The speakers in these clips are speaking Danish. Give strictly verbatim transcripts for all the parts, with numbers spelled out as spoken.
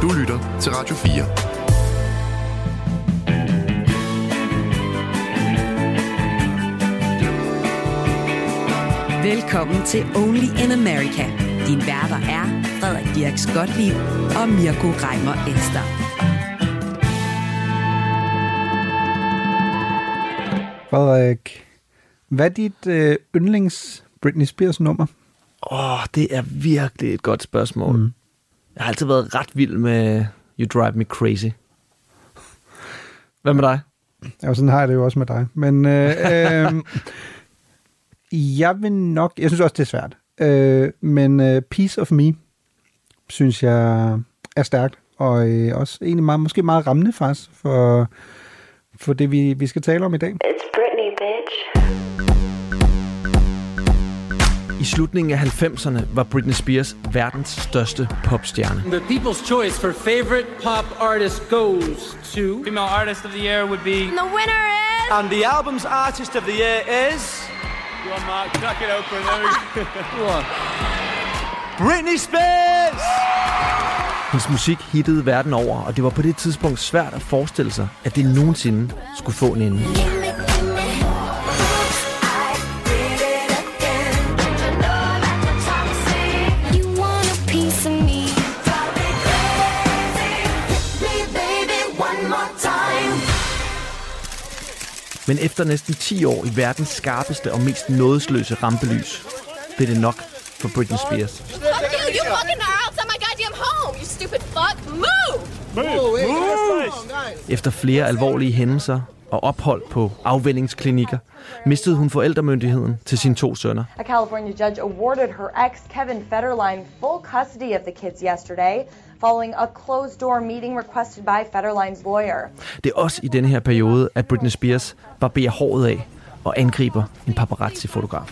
Du lytter til Radio fire. Velkommen til Only in America. Din værter er Frederik Dirks Gottlieb og Mirko Reimer Elster. Frederik, hvad er dit øh, yndlings Britney Spears nummer? Åh, oh, det er virkelig et godt spørgsmål. Mm. Jeg har altid været ret vild med You Drive Me Crazy. Hvad med dig? Ja, sådan har jeg det jo også med dig. Men øh, øh, jeg vil nok... Jeg synes også, det er svært. Øh, men øh, Piece of Me, synes jeg er stærkt. Og øh, også egentlig meget, måske meget rammende faktisk for, for det, vi, vi skal tale om i dag. It's Britney, bitch. I slutningen af halvfemserne var Britney Spears verdens største popstjerne. The people's choice for favorite pop artist goes to... Female artist of the year would be... The winner is... And the album's artist of the year is... Go on, Mark. Chuck it open. Go on. Britney Spears! Hendes musik hittede verden over, og det var på det tidspunkt svært at forestille sig, at det nogensinde skulle få en ende. Men efter næsten ti år i verdens skarpeste og mest nådesløse rampelys, blev det nok for Britney Spears. Fuck you! You fucking are outside my goddamn home! You stupid fuck! Move! Move! Move! Efter flere alvorlige hændelser og ophold på afvænningsklinikker, mistede hun forældremyndigheden til sine to sønner. A California judge awarded her ex, Kevin Federline, full custody of the kids yesterday, following a closed-door meeting requested by Federline's lawyer. Det er også i denne her periode, at Britney Spears barberer håret af og angriber en paparazzi-fotograf.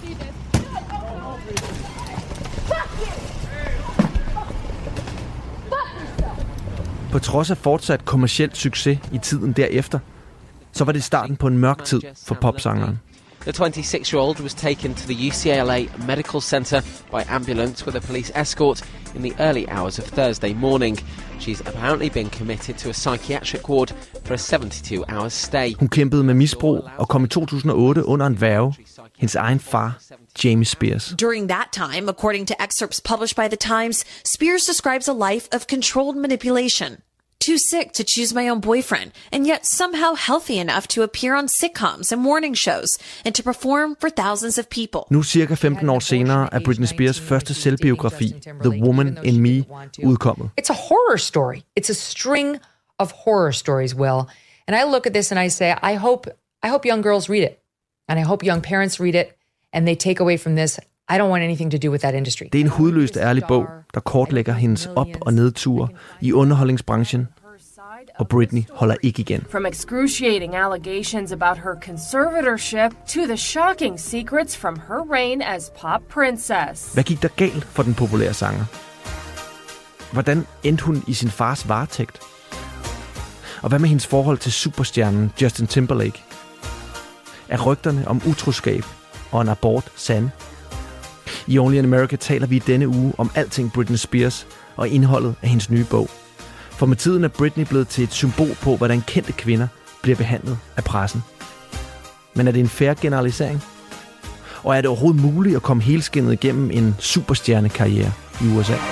På trods af fortsat kommerciel succes i tiden derefter, så var det starten på en mørk tid for popsangeren. The twenty-six-year-old was taken to the U C L A Medical Center by ambulance with a police escort in the early hours of Thursday morning. She's apparently been committed to a psychiatric ward for a seventy-two hours stay. Hun kæmpede med misbrug og kom i to tusind og otte under en værge. Hendes egen far, Jamie Spears. During that time, according to excerpts published by The Times, Spears describes a life of controlled manipulation. Too sick to choose my own boyfriend, and yet somehow healthy enough to appear on sitcoms and morning shows, and to perform for thousands of people. Nu cirka femten år senere er Britney Spears første selvbiografi, The Woman in Me, udkommet. It's a horror story. It's a string of horror stories, Will. And I look at this and I say, I hope, I hope young girls read it, and I hope young parents read it, and they take away from this, I don't want anything to do with that industry. Det er en hudløst ærlig bog, der kortlægger hendes op- og nedture i underholdningsbranchen, og Britney holder ikke igen. From excruciating allegations about her conservatorship to the shocking secrets from her reign as pop princess. Hvad gik der galt for den populære sanger? Hvordan endte hun i sin fars varetægt? Og hvad med hendes forhold til superstjernen Justin Timberlake? Er rygterne om utroskab og en abort sande? I Only in America taler vi i denne uge om alting Britney Spears og indholdet af hendes nye bog. For med tiden er Britney blevet til et symbol på, hvordan kendte kvinder bliver behandlet af pressen. Men er det en fair generalisering? Og er det overhovedet muligt at komme helskindet igennem en superstjernekarriere i U S A?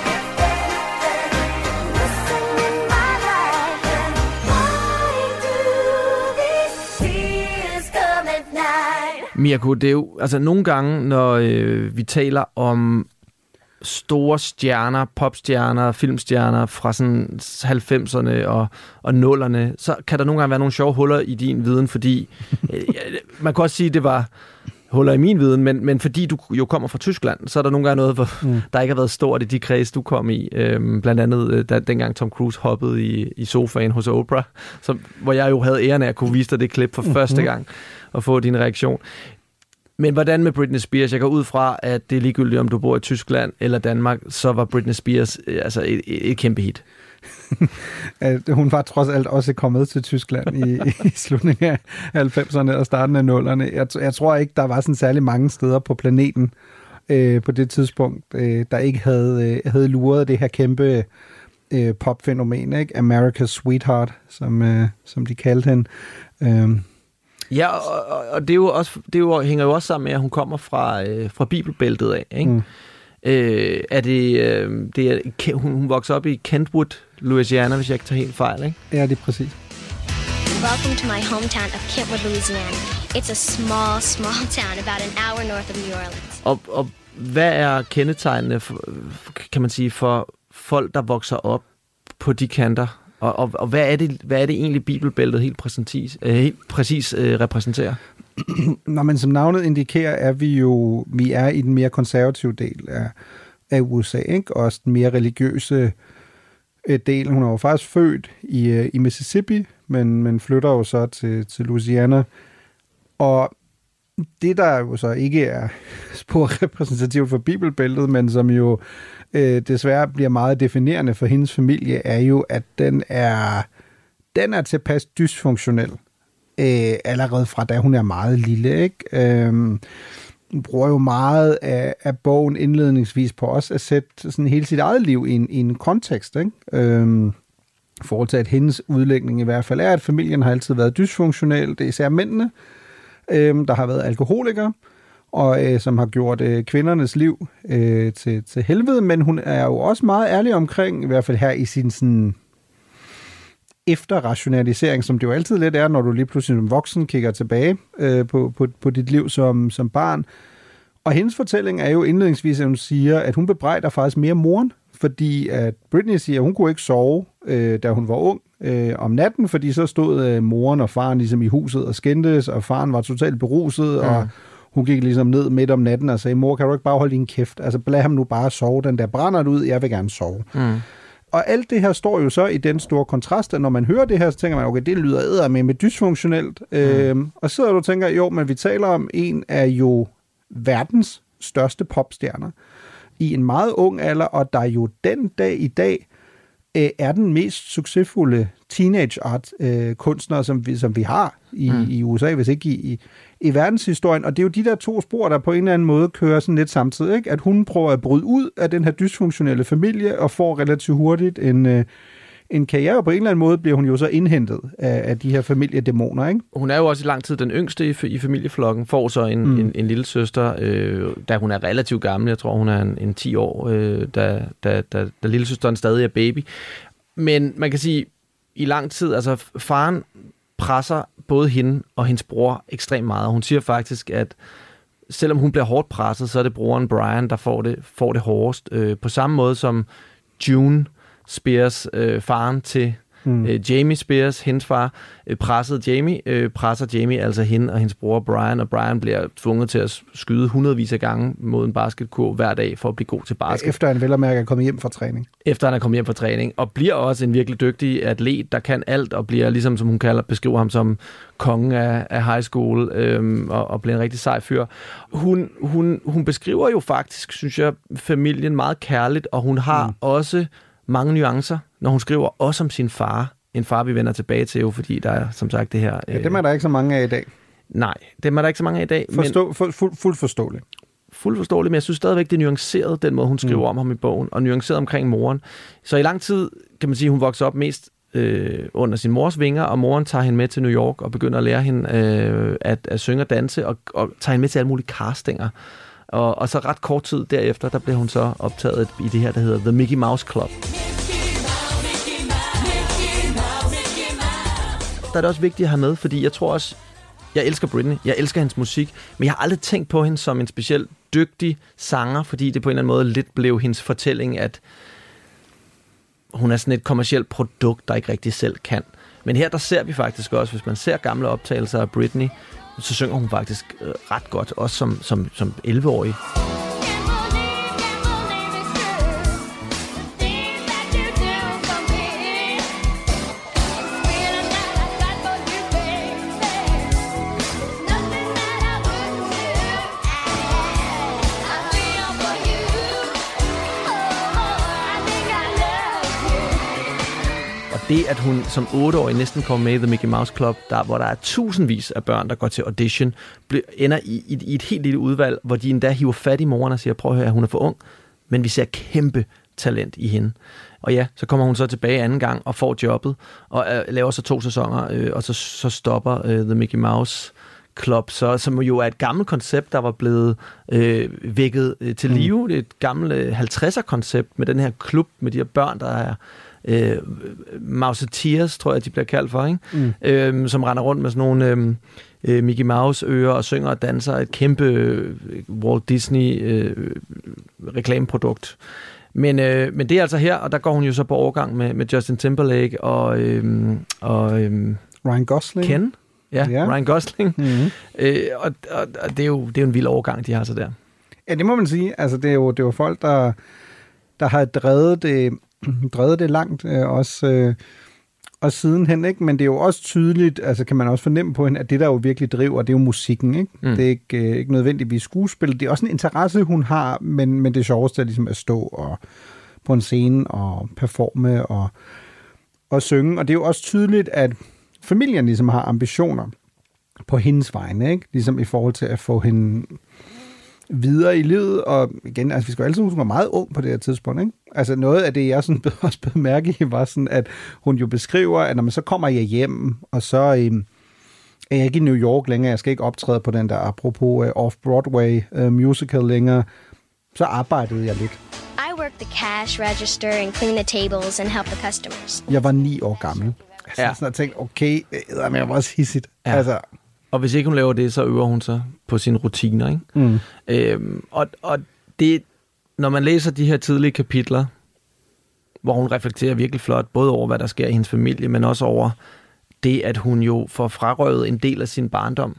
Mirko, det er jo altså nogle gange, når øh, vi taler om store stjerner, popstjerner, filmstjerner fra sådan halvfemserne og, og nullerne, så kan der nogle gange være nogle sjove huller i din viden, fordi øh, man kan også sige, at det var huller i min viden, men, men fordi du jo kommer fra Tyskland, så er der nogle gange noget, hvor mm. der ikke har været stort i de kreds, du kom i. Øhm, blandt andet, da, dengang Tom Cruise hoppede i, i sofaen hos Oprah, som, hvor jeg jo havde æren af at kunne vise dig det klip for mm-hmm. første gang og få din reaktion. Men hvordan med Britney Spears? Jeg går ud fra, at det er ligegyldigt, om du bor i Tyskland eller Danmark, så var Britney Spears altså et, et, et kæmpe hit. Hun var trods alt også kommet til Tyskland i, i slutningen af halvfemserne og starten af nullerne. Jeg, jeg tror ikke, der var sådan særlig mange steder på planeten øh, på det tidspunkt, øh, der ikke havde, øh, havde luret det her kæmpe øh, popfænomen, ikke? America's Sweetheart, som, øh, som de kaldte hende. Øh. Ja, og, og det, er jo også, det er jo, hænger jo også sammen med, at hun kommer fra, øh, fra Bibelbæltet af, ikke? Mm. Øh, er det, øh, det er, hun, hun vokser op i Kentwood, Louisiana, hvis jeg ikke tager helt fejl, ikke? Ja, det er præcis. Welcome to my hometown of Kentwood, Louisiana. It's a small, small town about an hour north of New Orleans. Og, og hvad er kendetegnende, for, kan man sige, for folk, der vokser op på de kanter? Og, og, og hvad, er det, hvad er det egentlig, Bibelbæltet helt præcis, øh, helt præcis øh, repræsenterer? Nå, men som navnet indikerer, er vi jo vi er i den mere konservative del af, af U S A, ikke? Også den mere religiøse øh, del. Hun er jo faktisk født i, øh, i Mississippi, men, men flytter jo så til, til Louisiana. Og det, der jo så ikke er spor repræsentativt for Bibelbæltet, men som jo øh, desværre bliver meget definerende for hendes familie, er jo, at den er, den er tilpas dysfunktionel. Øh, allerede fra da hun er meget lille, ikke? Øh, hun bruger jo meget af, af bogen indledningsvis på os at sætte sådan hele sit eget liv i en, i en kontekst, ikke? Øh, i forhold til, at hendes udlægning i hvert fald er, at familien har altid været dysfunktionel. Det er især mændene, øh, der har været alkoholikere, og øh, som har gjort øh, kvindernes liv øh, til, til helvede, men hun er jo også meget ærlig omkring, i hvert fald her i sin sådan efterrationalisering, som det jo altid lidt er, når du lige pludselig som voksen kigger tilbage øh, på, på, på dit liv som, som barn. Og hendes fortælling er jo indledningsvis, at hun siger, at hun bebrejder faktisk mere moren, fordi at Britney siger, at hun kunne ikke sove, øh, da hun var ung øh, om natten, fordi så stod øh, moren og faren ligesom i huset og skændtes, og faren var totalt beruset, mm. og hun gik ligesom ned midt om natten og sagde, mor, kan du ikke bare holde din kæft? Altså, lad ham nu bare sove, den der brænder ud, jeg vil gerne sove. Mm. Og alt det her står jo så i den store kontrast, at når man hører det her, så tænker man, okay, det lyder eddermame med dysfunktionelt. Mm. Øhm, og så sidder du og tænker, jo, men vi taler om en af jo verdens største popstjerner i en meget ung alder, og der jo den dag i dag øh, er den mest succesfulde teenage art øh, kunstner, som vi, som vi har i, mm. i U S A, hvis ikke i, i, i verdenshistorien. Og det er jo de der to spor, der på en eller anden måde kører sådan lidt samtidig, ikke? At hun prøver at bryde ud af den her dysfunktionelle familie og får relativt hurtigt en, øh, en karriere, og på en eller anden måde bliver hun jo så indhentet af, af de her familiedæmoner, ikke? Hun er jo også i lang tid den yngste i, i familieflokken, får så en, mm. en, en lille søster, øh, da hun er relativt gammel. Jeg tror, hun er en, en ti år, øh, da, da, da, da lille søsteren stadig er baby. Men man kan sige, i lang tid, altså faren presser både hende og hendes bror ekstremt meget. Hun siger faktisk, at selvom hun bliver hårdt presset, så er det broren Brian, der får det, får det hårdest. Øh, på samme måde som June Spears, øh, faren til mm. øh, Jamie Spears, hendes far, øh, pressede Jamie, øh, presser Jamie altså hende og hendes bror Brian, og Brian bliver tvunget til at skyde hundredvis af gange mod en basketkurv hver dag for at blive god til basket. Efter han vel og mærke er kommet hjem fra træning. Efter han er kommet hjem fra træning, og bliver også en virkelig dygtig atlet, der kan alt, og bliver ligesom, som hun kalder, beskriver ham som kongen af, af high school, øhm, og, og bliver en rigtig sej fyr. Hun, hun, hun beskriver jo faktisk, synes jeg, familien meget kærligt, og hun har mm. også mange nuancer, når hun skriver også om sin far. En far, vi vender tilbage til jo, fordi der er, som sagt, det her... Ja, dem er der ikke så mange af i dag. Nej, dem er der ikke så mange af i dag. Forstå, men, for, fuld, fuldt forståeligt. Fuldt forståeligt, men jeg synes stadigvæk, det er nuanceret, den måde, hun skriver mm. om ham i bogen, og nuanceret omkring moren. Så i lang tid, kan man sige, hun vokser op mest øh, under sin mors vinger, og moren tager hende med til New York og begynder at lære hende øh, at, at synge og danse, og, og tager hende med til alle mulige castinger. Og, og så ret kort tid derefter, der blev hun så optaget i det her, der hedder The Mickey Mouse Club. Der er det også vigtigt at have med, fordi jeg tror også, jeg elsker Britney, jeg elsker hendes musik, men jeg har aldrig tænkt på hende som en specielt dygtig sanger, fordi det på en eller anden måde lidt blev hendes fortælling, at hun er sådan et kommercielt produkt, der ikke rigtig selv kan. Men her der ser vi faktisk også, hvis man ser gamle optagelser af Britney, så synger hun faktisk øh, ret godt, også som, som, som elleve-årig. Det, at hun som otteårig næsten kommer med i The Mickey Mouse Club, der, hvor der er tusindvis af børn, der går til audition, ender i, i, i et helt lille udvalg, hvor de endda hiver fat i moren og siger, prøv at høre, hun er for ung, men vi ser kæmpe talent i hende. Og ja, så kommer hun så tilbage anden gang og får jobbet, og øh, laver så to sæsoner, øh, og så, så stopper øh, The Mickey Mouse Club, så, som jo er et gammelt koncept, der var blevet øh, vækket øh, til live. Mm. Det er et gammelt øh, halvtredser-koncept med den her klub, med de her børn, der er øh, Mouseteers, tror jeg, de bliver kaldt for, ikke? Mm. Øh, som render rundt med sådan nogle øh, øh, Mickey Mouse-ører og synger og danser. Et kæmpe øh, Walt Disney-reklameprodukt. Øh, men, øh, men det er altså her, og der går hun jo så på overgang med, med Justin Timberlake og, øh, og øh, Ryan Gosling. Ken. Ja, yeah. Ryan Gosling. Mm-hmm. Øh, og og, og det, er jo, det er jo en vild overgang, de har så der. Ja, det må man sige. Altså, det er jo, det er jo folk, der, der har drevet det, drevet det langt, øh, også, øh, også sidenhen, ikke? Men det er jo også tydeligt, altså kan man også fornemme på hende, at det, der jo virkelig driver, det er jo musikken, ikke? Mm. Det er ikke, øh, ikke nødvendigvis skuespil. Det er også en interesse, hun har, men, men det sjoveste er ligesom at stå og, på en scene og performe og, og synge. Og det er jo også tydeligt, at familien ligesom har ambitioner på hendes vegne, ikke? Ligesom i forhold til at få hende videre i livet, og igen, altså vi skal jo altid huske, hun var meget ung på det her tidspunkt, ikke? Altså noget af det, jeg sådan også blev mærke i, var sådan, at hun jo beskriver, at når man så kommer jeg hjem, og så øhm, er jeg ikke i New York længere, jeg skal ikke optræde på den der, apropos uh, Off-Broadway uh, musical længere, så arbejdede jeg lidt. I worked the cash register and clean the tables and help the customers. Jeg var ni år gammel. Altså, ja. Sådan, jeg tænkte, okay, men jeg var også hissigt. Ja. Altså. Og hvis ikke hun laver det, så øver hun sig på sine rutiner, ikke? Mm. Øhm, og, og det, når man læser de her tidlige kapitler, hvor hun reflekterer virkelig flot, både over, hvad der sker i hendes familie, men også over det, at hun jo får frarøvet en del af sin barndom,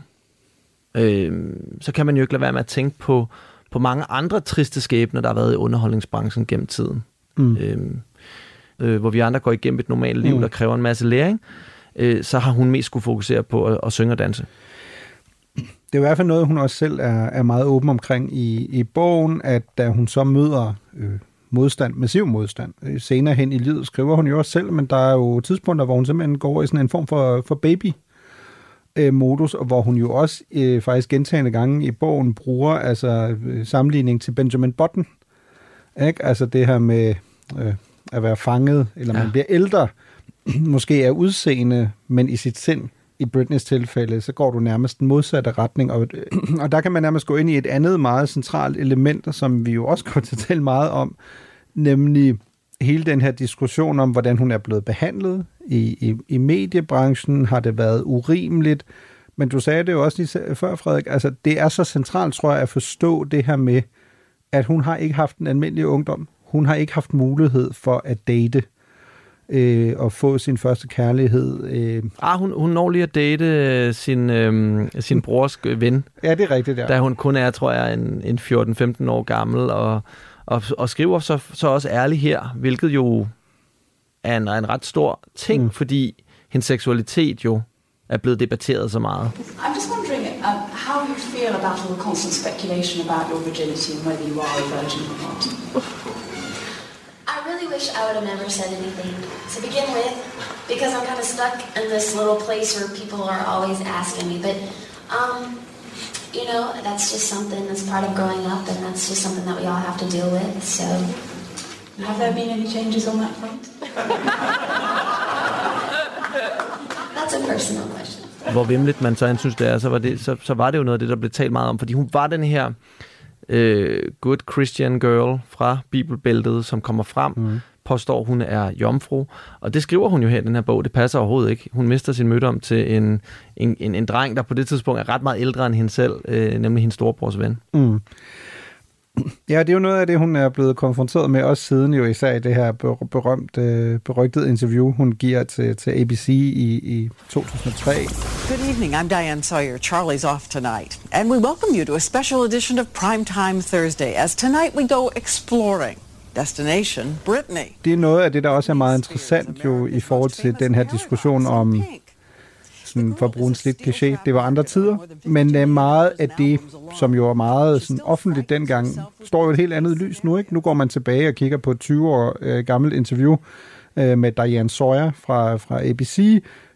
øhm, så kan man jo ikke lade være med at tænke på, på mange andre triste skæbner, der har været i underholdningsbranchen gennem tiden. Mm. Øhm, øh, hvor vi andre går igennem et normalt liv, mm. der kræver en masse læring, øh, så har hun mest skulle fokusere på at, at synge og danse. Det er i hvert fald noget, hun også selv er, er meget åben omkring i, i bogen, at da hun så møder øh, modstand, massiv modstand, øh, senere hen i livet, skriver hun jo også selv, men der er jo tidspunkter, hvor hun simpelthen går i sådan en form for, for baby øh, modus, og hvor hun jo også øh, faktisk gentagne gange i bogen bruger altså øh, sammenligning til Benjamin Button. Ikke? Altså det her med øh, at være fanget, eller ja. Man bliver ældre, måske er udseende, men i sit sind. I Britneys tilfælde, så går du nærmest den modsatte retning, og, og der kan man nærmest gå ind i et andet meget centralt element, som vi jo også går til at tale meget om, nemlig hele den her diskussion om, hvordan hun er blevet behandlet i, i, i mediebranchen. Har det været urimeligt? Men du sagde det jo også lige før, Frederik, altså det er så centralt, tror jeg, at forstå det her med, at hun har ikke haft en almindelig ungdom. Hun har ikke haft mulighed for at date Øh, og få sin første kærlighed. Øh. Ah, hun, hun når lige at date sin, øh, sin brors ven. Ja, det er rigtigt, ja. Da hun kun er, tror jeg, en, en fjorten femten år gammel, og, og, og skriver så, så også ærligt her, hvilket jo er en, en ret stor ting, mm. fordi hendes seksualitet jo er blevet debatteret så meget. I'm just wondering um, how you feel about all the constant speculation about your virginity and whether you are a virgin or not. I really wish I would have never said anything to begin with, because I'm kind of stuck in this little place where people are always asking me. But, um, you know, that's just something that's part of growing up, and that's just something that we all have to deal with, so. Have there been any changes on that front? That's a personal question. Hvor vimligt man så synes det er, så var det, så, så var det jo noget af det, der blev talt meget om, fordi hun var den her Uh, good Christian girl fra bibelbæltet, som kommer frem, mm. påstår, hun er jomfru. Og det skriver hun jo her i den her bog. Det passer overhovedet ikke. Hun mister sin mødom til en, en, en, en dreng, der på det tidspunkt er ret meget ældre end hende selv, uh, nemlig hendes storebrors ven. Mm. Ja, det er jo noget af det, hun er blevet konfronteret med, også siden jo især i det her berømte, berygtede interview, hun giver til, til A B C i, i to tusind og tre. Good evening, I'm Diane Sawyer. Charlie's off tonight. And we welcome you to a special edition of Primetime Thursday, as tonight we go exploring. Destination Britney. Det er noget af det, der også er meget interessant jo i forhold til den her diskussion om, sådan, for at bruge en slidt kliché, det var andre tider, men uh, meget af det, som jo var meget sådan, offentligt dengang, står jo et helt andet lys nu, ikke? Nu går man tilbage og kigger på et tyve år uh, gammelt interview uh, med Diane Sawyer fra, fra A B C,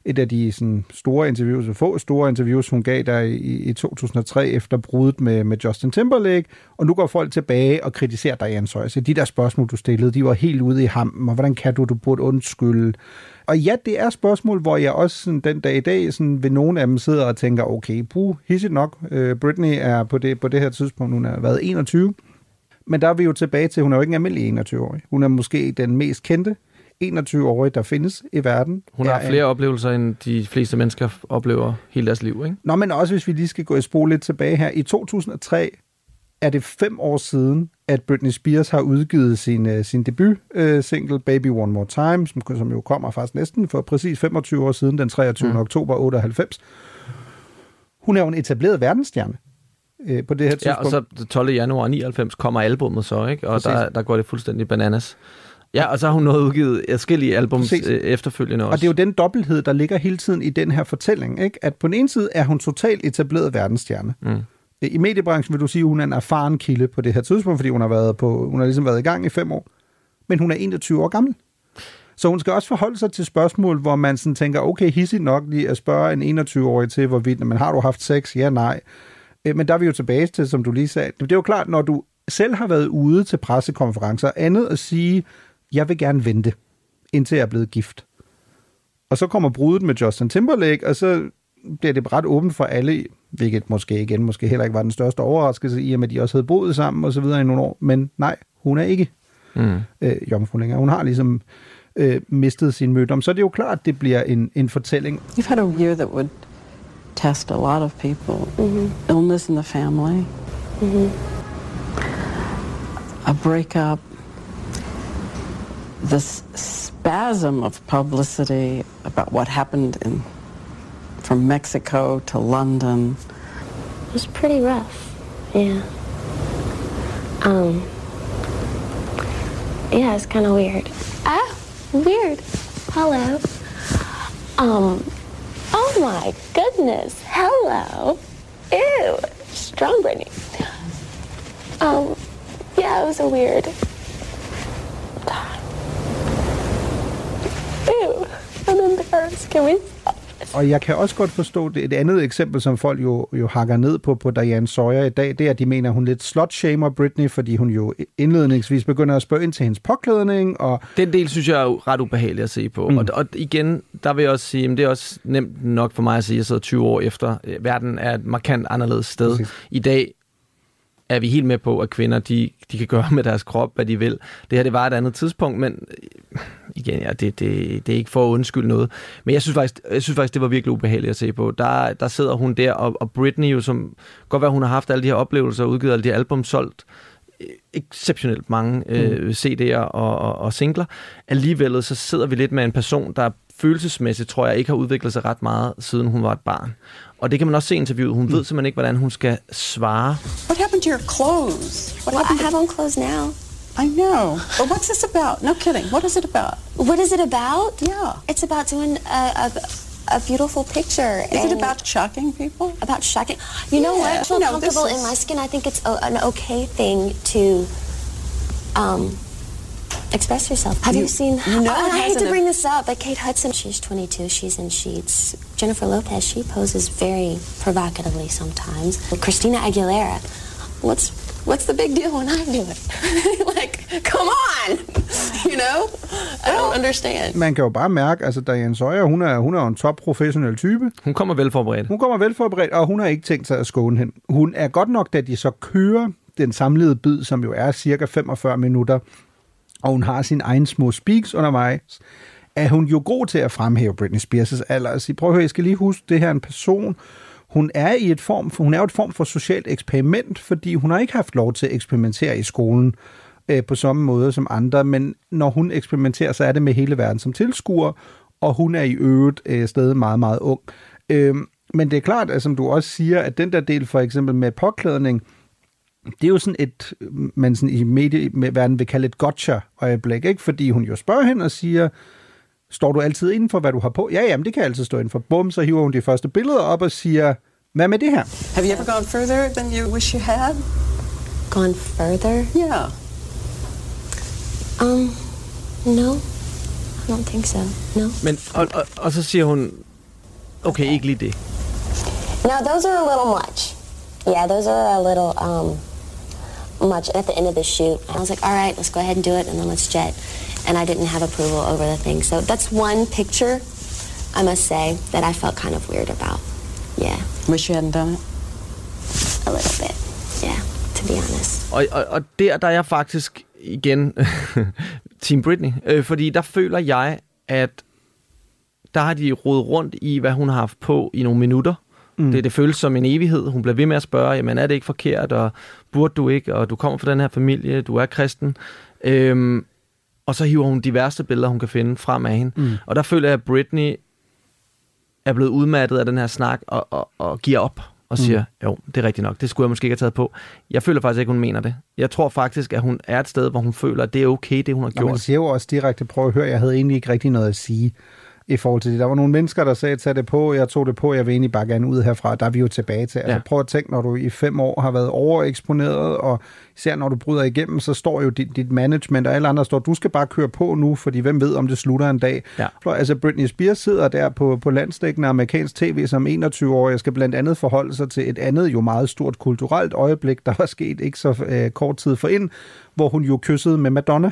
et af de sådan, store interviews, få store interviews, hun gav der i, i to tusind og tre efter bruddet med, med Justin Timberlake, og nu går folk tilbage og kritiserer Diane Sawyer. Så de der spørgsmål, du stillede, de var helt ude i hampen, og hvordan kan du, du burde undskylde? Og ja, det er spørgsmål, hvor jeg også sådan, den dag i dag sådan, ved nogle af dem sidder og tænker, okay, puh, hissigt nok, uh, Britney er på det, på det her tidspunkt, hun har været enogtyve, men der er vi jo tilbage til, hun er jo ikke en almindelig enogtyve-årig. Hun er måske den mest kendte enogtyve-årige, der findes i verden. Hun har flere en... oplevelser, end de fleste mennesker oplever hele deres liv, ikke? Nå, men også hvis vi lige skal gå i spole lidt tilbage her. I to tusind og tre er det fem år siden, at Britney Spears har udgivet sin, sin debut-single uh, Baby One More Time, som, som jo kommer faktisk næsten for præcis femogtyve år siden, den treogtyvende Mm. oktober otteoghalvfems. Hun er jo en etableret verdensstjerne uh, på det her tidspunkt. Ja, og så tolvte januar nioghalvfems kommer albumet så, ikke? Og der, der går det fuldstændig bananas. Ja, og så har hun noget udgivet forskellige albums øh, efterfølgende også. Og det er jo den dobbelthed, der ligger hele tiden i den her fortælling, ikke? At på den ene side er hun totalt etableret verdensstjerne. Mm. I mediebranchen vil du sige, at hun er en erfaren kilde på det her tidspunkt, fordi hun har været på, hun har ligesom været i gang i fem år. Men hun er enogtyve år gammel. Så hun skal også forholde sig til spørgsmål, hvor man sådan tænker, okay, hissigt nok lige at spørge en enogtyve-årig til, hvorvidt, men har du haft sex? Ja, nej. Men der er vi jo tilbage til, som du lige sagde. Det er jo klart, når du selv har været ude til pressekonferencer, andet at sige, jeg vil gerne vente, indtil jeg er blevet gift. Og så kommer bruddet med Justin Timberlake, og så bliver det ret åbent for alle, hvilket måske igen, måske heller ikke var den største overraskelse, i og med, at de også havde boet sammen og så videre i nogle år. Men nej, hun er ikke mm. øh, jomfru længere. Hun har ligesom øh, mistet sin mødom. Så er det jo klart, at det bliver en, en fortælling. You've had a year that would test a lot of people. Mm-hmm. Illness in the family. Mm-hmm. A breakup. This spasm of publicity about what happened in from Mexico to London. It was pretty rough, yeah. Um, yeah, it's kind of weird. Ah, weird. Hello. Um, oh my goodness. Hello. Ew, strong Britney. Um, yeah, it was a weird. Ew, I'm embarrassed. Can we stop? Og jeg kan også godt forstå det. Et andet eksempel, som folk jo, jo hakker ned på på Diane Sawyer i dag, det er, at de mener, at hun lidt slut-shamer Britney, fordi hun jo indledningsvis begynder at spørge ind til hendes påklædning. Og den del synes jeg er jo ret ubehagelig at se på. Mm. Og, og igen, der vil jeg også sige, at det er også nemt nok for mig at sige, at jeg sidder tyve år efter. Verden er et markant anderledes sted. Præcis. I dag er vi helt med på, at kvinder, de, de kan gøre med deres krop, hvad de vil. Det her, det var et andet tidspunkt, men igen, ja, det, det, det er ikke for at undskylde noget. Men jeg synes faktisk, jeg synes faktisk det var virkelig ubehageligt at se på. Der, der sidder hun der, og, og Britney jo, som godt være, hun har haft alle de her oplevelser, udgivet alle de her album, solgt exceptionelt mange øh, C D'er og, og, og singler. Alligevel så sidder vi lidt med en person, der følelsesmæssigt, tror jeg, ikke har udviklet sig ret meget, siden hun var et barn. Og det kan man også se i interviewet. Hun mm. ved simpelthen ikke, hvordan hun skal svare. What happened to your clothes? What well, I have on clothes now. I know. But what's this about? No kidding. What is it about? What is it about? Yeah. It's about doing a, a, a beautiful picture. Is it about shocking people? About shocking? You know yeah. what? I feel no, comfortable is... in my skin. I think it's a, an okay thing to um, express yourself. Have you, you seen... You know oh, I hate to bring this up, but Kate Hudson, she's twenty-two. She's in Sheets. Jennifer Lopez, she poses very provocatively sometimes. Christina Aguilera, what's what's the big deal when I do it? Like, come on! You know? I don't understand. Man kan jo bare mærke, altså Diane Sawyer, hun er, hun er en top professionel type. Hun kommer velforberedt. Hun kommer velforberedt, og hun har ikke tænkt sig at skåne hen. Hun er godt nok, da de så kører den samlede bid, som jo er cirka femogfyrre minutter, og hun har sin egen små speaks undervejs, er hun jo god til at fremhæve Britney Spears' alder. Altså, prøv at høre, jeg skal lige huske, det her er en person, hun er i et form, hun er jo et form for socialt eksperiment, fordi hun har ikke haft lov til at eksperimentere i skolen øh, på samme måde som andre, men når hun eksperimenterer, så er det med hele verden som tilskuer, og hun er i øvrigt øh, stadig meget, meget ung. Øh, men det er klart, at som du også siger, at den der del for eksempel med påklædning, det er jo sådan et, man sådan i medieverdenen vil kalde et gotcha-øjeblik, ikke? Fordi hun jo spørger hende og siger, står du altid inden for, hvad du har på? Ja, jamen, det kan altid stå inden for. Bum, så hiver hun de første billeder op og siger, hvad med det her? Have you ever gone further than you wish you had? Gone further? Yeah. Um, no. I don't think so. No. Men, og, og, og så siger hun, okay, ikke lige det. No, those are a little much. Yeah, those are a little um, much at the end of the shoot. I was like, all right, let's go ahead and do it, and then let's jet. And I didn't have approval over the thing. So that's one picture, I must say, that I felt kind of weird about. Yeah. Wish you hadn't done it? A little bit, yeah, to be honest. Og, og, og der, der er jeg faktisk igen Team Britney. Øh, fordi der føler jeg, at der har de rodet rundt i, hvad hun har haft på i nogle minutter. Mm. Det, det føles som en evighed. Hun bliver ved med at spørge, jamen er det ikke forkert, og burde du ikke, og du kommer fra den her familie, du er kristen. Øhm, og så hiver hun de værste billeder, hun kan finde frem af hende. Mm. Og der føler jeg, at Britney er blevet udmattet af den her snak, og, og, og giver op, og siger, mm. jo, det er rigtigt nok, det skulle jeg måske ikke have taget på. Jeg føler faktisk ikke, hun mener det. Jeg tror faktisk, at hun er et sted, hvor hun føler, at det er okay, det hun har Nå, gjort. man siger jo også direkte, prøv at høre, jeg havde egentlig ikke rigtig noget at sige i forhold til det. Der var nogle mennesker, der sagde, tag det på, jeg tog det på, jeg vil egentlig bare gerne ud herfra. Der er vi jo tilbage til. Altså, ja. Prøv at tænke, når du i fem år har været overeksponeret, og især når du bryder igennem, så står jo dit, dit management, og alle andre står, du skal bare køre på nu, fordi hvem ved, om det slutter en dag. Ja. Altså, Britney Spears sidder der på, på landsdækkende amerikansk tv som enogtyve-årig, jeg skal blandt andet forholde sig til et andet jo meget stort kulturelt øjeblik, der var sket ikke så øh, kort tid forinden, hvor hun jo kyssede med Madonna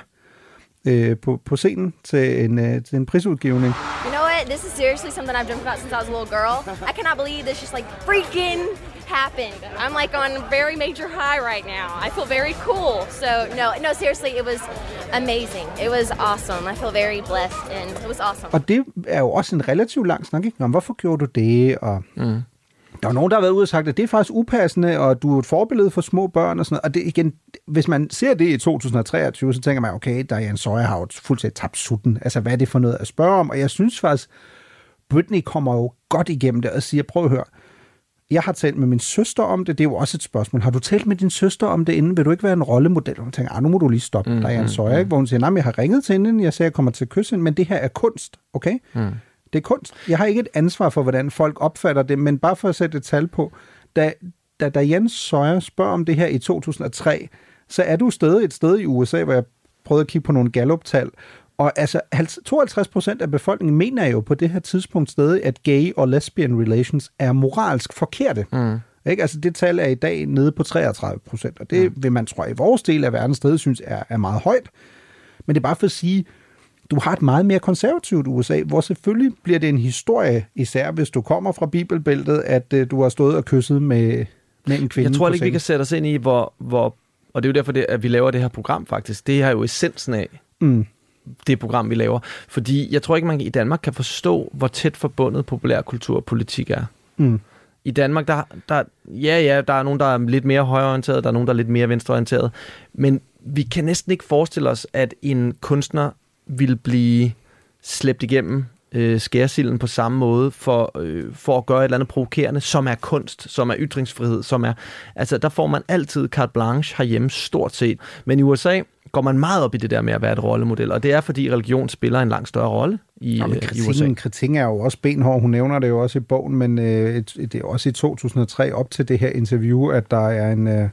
øh, på, på scenen til en, øh, til en prisudgivning. You know what? This is seriously something I've dreamt about since I was a little girl. I cannot believe this just like freaking happened. I'm like on a very major high right now. I feel very cool. So no, no, seriously, it was amazing. It was awesome. I feel very blessed, and it was awesome. Og det er jo også en relativt lang snak, ikke? Om hvorfor gjorde du det? Og mm. der er nogen, der har været ude og sagt, at det er faktisk upassende, og du er et forbillede for små børn og sådan noget. Og det igen, hvis man ser det i to tusind treogtyve, så tænker man, okay, Diane Sawyer har jo fuldstændig tabt sutten. Altså, hvad er det for noget at spørge om? Og jeg synes faktisk, Britney kommer jo godt igennem det og siger, prøv at høre, jeg har talt med min søster om det. Det er jo også et spørgsmål. Har du talt med din søster om det inden? Vil du ikke være en rollemodel? Og hun tænker, ah, nu må du lige stoppe, mm, Diane Sawyer, mm, ikke? Hvor hun siger, nej, men jeg har ringet til hende, inden jeg sagde, jeg kommer til at kysse hende, men det her er kunst, okay? Mm. Det er kunst. Jeg har ikke et ansvar for, hvordan folk opfatter det, men bare for at sætte et tal på, da, da Diane Sawyer spørger om det her i to tusind og tre, så er du stadig et sted i U S A, hvor jeg prøvede at kigge på nogle Gallup-tal, og altså tooghalvtreds procent af befolkningen mener jo på det her tidspunkt stadig, at gay og lesbian relations er moralsk forkerte. Mm. Ikke? Altså det tal er i dag nede på treogtredive procent, og det mm. vil man, tror jeg, i vores del af verden stadig synes er, er meget højt. Men det er bare for at sige, du har et meget mere konservativt U S A, hvor selvfølgelig bliver det en historie, især hvis du kommer fra bibelbæltet, at uh, du har stået og kysset med, med en kvinde. Jeg tror ikke, vi kan sætte os ind i, hvor, hvor og det er jo derfor, det, at vi laver det her program faktisk. Det er jo essensen af mm. det program, vi laver. Fordi jeg tror ikke, man i Danmark kan forstå, hvor tæt forbundet populærkultur og politik er. Mm. I Danmark, der, der, ja, ja, der er nogen, der er lidt mere højreorienteret, der er nogen, der er lidt mere venstreorienteret. Men vi kan næsten ikke forestille os, at en kunstner vil blive slæbt igennem øh, skærsilden på samme måde for, øh, for at gøre et eller andet provokerende, som er kunst, som er ytringsfrihed, som er... Altså, der får man altid carte blanche herhjemme, stort set. Men i U S A går man meget op i det der med at være et rollemodel, og det er, fordi religion spiller en langt større rolle i, ja, kritikken, i U S A. Kritikken er jo også benhård. Hun nævner det jo også i bogen, men øh, det er også i to tusind og tre op til det her interview, at der er en, øh,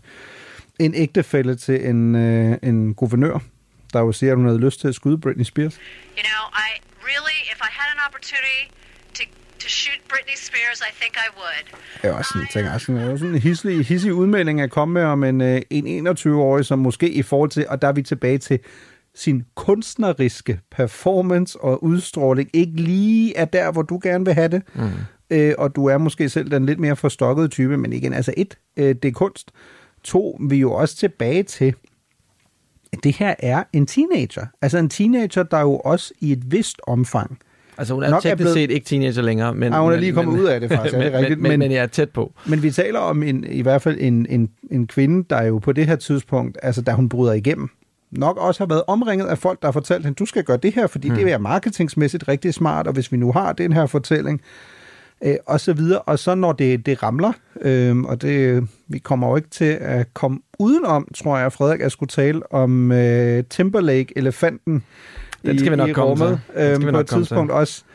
en ægtefælle til en, øh, en guvernør, der jo siger, at hun havde lyst til at skyde Britney Spears. You know, I really, if I had an opportunity to, to shoot Britney Spears, I think I would. Det er også sådan, tænker jeg, sådan, det er sådan en hissig, hissig udmelding at komme med om en, en enogtyve-årig, som måske i forhold til, og der er vi tilbage til, sin kunstneriske performance og udstråling ikke lige er der, hvor du gerne vil have det. Mm. Øh, og du er måske selv den lidt mere forstokkede type, men igen, altså et, øh, det er kunst. To, vi er jo også tilbage til, det her er en teenager. Altså en teenager, der jo også i et vist omfang... Altså hun er teknisk blevet... set ikke teenager længere. Men, ja, hun er men, lige kommet men, ud af det faktisk. men, er det rigtigt? Men, men, men jeg er tæt på. Men vi taler om en, i hvert fald en, en, en kvinde, der jo på det her tidspunkt, altså da hun bryder igennem, nok også har været omringet af folk, der har fortalt hende, du skal gøre det her, fordi hmm. det er marketingsmæssigt rigtig smart, og hvis vi nu har den her fortælling, øh, og så videre. Og så når det, det ramler, øh, og det, vi kommer jo ikke til at komme udenom, tror jeg, Frederik, at skulle tale om øh, Timberlake-elefanten den skal i, vi nok i komme rummet, øh, på et tidspunkt til. også.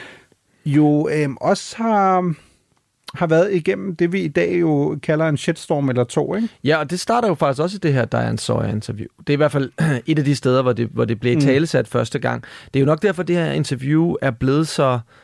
Jo øh, også har, har været igennem det, vi i dag jo kalder en shitstorm eller to, ikke? Ja, og det starter jo faktisk også i det her Diane Sawyer-interview. Det er i hvert fald et af de steder, hvor det, hvor det blev talesat mm. første gang. Det er jo nok derfor, det her interview er blevet så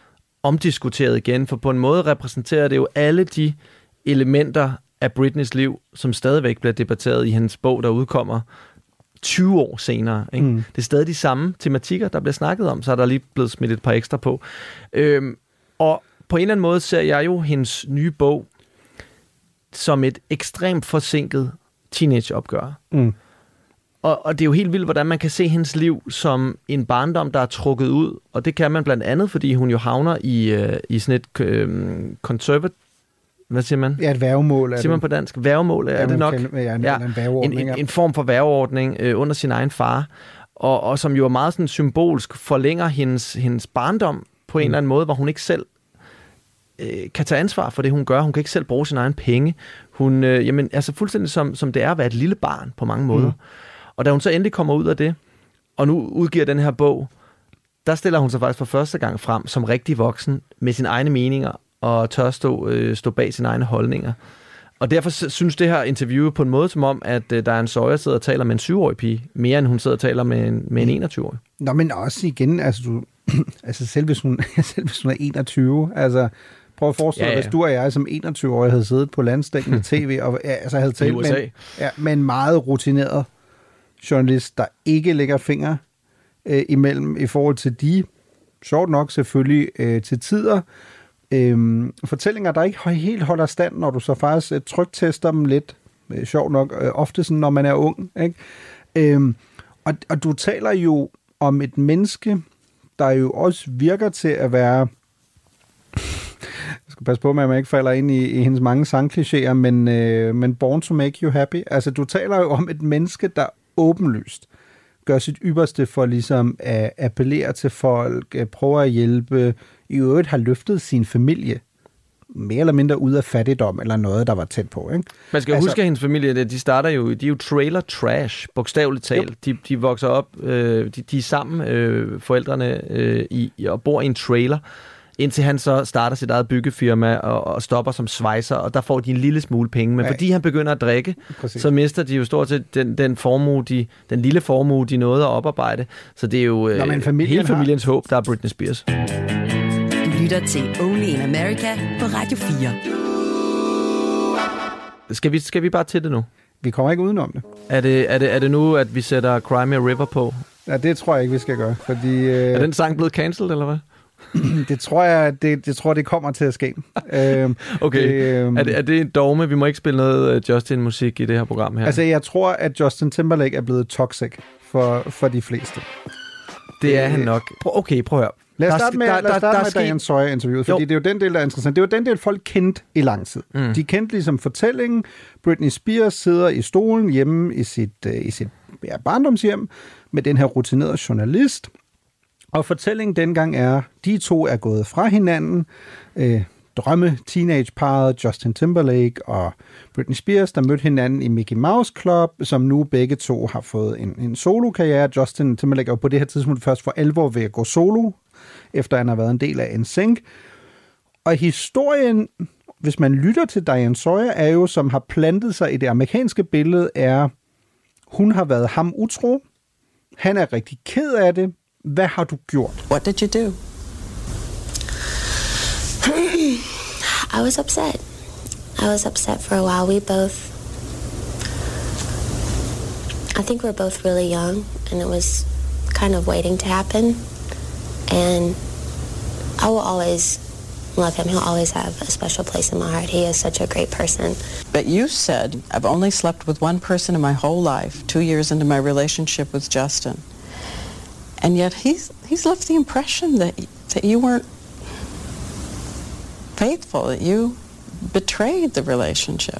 omdiskuteret igen, for på en måde repræsenterer det jo alle de elementer af Britneys liv, som stadigvæk bliver debatteret i hendes bog, der udkommer tyve år senere. Ikke? Mm. Det er stadig de samme tematikker, der bliver snakket om, så er der lige blevet smidt et par ekstra på. Øhm, og på en eller anden måde ser jeg jo hendes nye bog som et ekstremt forsinket teenageopgør. Mm. Og, og det er jo helt vildt, hvordan man kan se hendes liv som en barndom, der er trukket ud. Og det kan man blandt andet, fordi hun jo havner i, øh, i sådan et øh, conservative... Hvad siger man? Ja, et værgemål. Er siger man på dansk? Værgemål, er ja, det nok? Kan, ja, en, ja, en, en, en, en form for værgeordning øh, under sin egen far. Og, og som jo er meget sådan symbolsk forlænger hendes, hendes barndom på en mm. eller anden måde, hvor hun ikke selv øh, kan tage ansvar for det, hun gør. Hun kan ikke selv bruge sin egen penge. Hun, øh, jamen, altså fuldstændig som, som det er at være et lille barn på mange måder. Mm. Og da hun så endelig kommer ud af det, og nu udgiver den her bog, der stiller hun sig faktisk for første gang frem som rigtig voksen med sine egne meninger, og tør stå, øh, stå bag sine egne holdninger. Og derfor synes det her interview på en måde som om, at øh, Diane Sawyer sidder og taler med en syvårig pige, mere end hun sidder og taler med en, med en enogtyve-årig. Nå, men også igen, altså, du, altså selv, hvis hun, selv hvis hun er enogtyve, altså prøv at forestille dig, ja, ja. hvis du og jeg som enogtyve-årig havde siddet på landsdækkende tv, og altså, havde talt med en, ja, med en meget rutineret journalist, der ikke lægger fingre øh, imellem i forhold til de, sjovt nok selvfølgelig, øh, til tider, Øhm, fortællinger, der ikke helt holder stand, når du så faktisk øh, tryktester dem lidt, øh, sjovt nok, øh, ofte sådan, når man er ung. Ikke? Øhm, og, og du taler jo om et menneske, der jo også virker til at være... Jeg skal passe på med, at man ikke falder ind i, i hendes mange sangklichéer, men, øh, men Born to Make You Happy. Altså, du taler jo om et menneske, der åbenlyst gør sit ypperste for ligesom at appellere til folk, prøver at hjælpe, i øvrigt har løftet sin familie mere eller mindre ud af fattigdom, eller noget, der var tæt på. Ikke? Man skal altså, huske, at hendes familie, de starter jo, de er jo trailer trash, bogstaveligt talt. De, de vokser op, øh, de, de er sammen, øh, forældrene, øh, i, og bor i en trailer, indtil han så starter sit eget byggefirma og, og stopper som svejser, og der får de en lille smule penge. Men ja. fordi han begynder at drikke, Præcis. så mister de jo stort set den, den formue, de, den lille formue, de nåede at oparbejde. Så det er jo øh, Nå, familien hele familiens har... håb, der er Britney Spears. Du lytter til Only in America på Radio fire. Skal vi, skal vi bare til det nu? Vi kommer ikke udenom det. Er det, er det, er det nu, at vi sætter Cry Me a River på? Ja, det tror jeg ikke, vi skal gøre. Fordi, øh... Er den sang blevet cancelled, eller hvad? det tror jeg, det, det tror det kommer til at ske. øhm, okay, øhm, er, det, er det en dogme? Vi må ikke spille noget Justin-musik i det her program her. Altså, jeg tror, at Justin Timberlake er blevet toxic for, for de fleste. Det er han nok. Okay, prøv at høre. Lad os starte med, der, lad os starte der, der med Diane Sawyer-interviewet, fordi jo. det er jo den del, der er interessant. Det er jo den del, folk kendte i lang tid. Mm. De kendte ligesom fortællingen. Britney Spears sidder i stolen hjemme i sit, uh, i sit ja, barndomshjem med den her rutinerede journalist. Og fortællingen dengang er, de to er gået fra hinanden. Øh, drømme teenageparret Justin Timberlake og Britney Spears, der mødte hinanden i Mickey Mouse Club, som nu begge to har fået en, en solo-karriere. Justin Timberlake er på det her tidspunkt først for alvor ved at gå solo, efter han har været en del af N Sync. Og historien, hvis man lytter til Diane Sawyer, er jo, som har plantet sig i det amerikanske billede, er, hun har været ham utro. Han er rigtig ked af det. Hvad har du gjort? What did you do? I was upset. I was upset for a while. We both, I think we're both really young, and it was kind of waiting to happen. And I will always love him. He'll always have a special place in my heart. He is such a great person. But you said, I've only slept with one person in my whole life, two years into my relationship with Justin. And yet he's he's left the impression that that you weren't faithful, that you betrayed the relationship.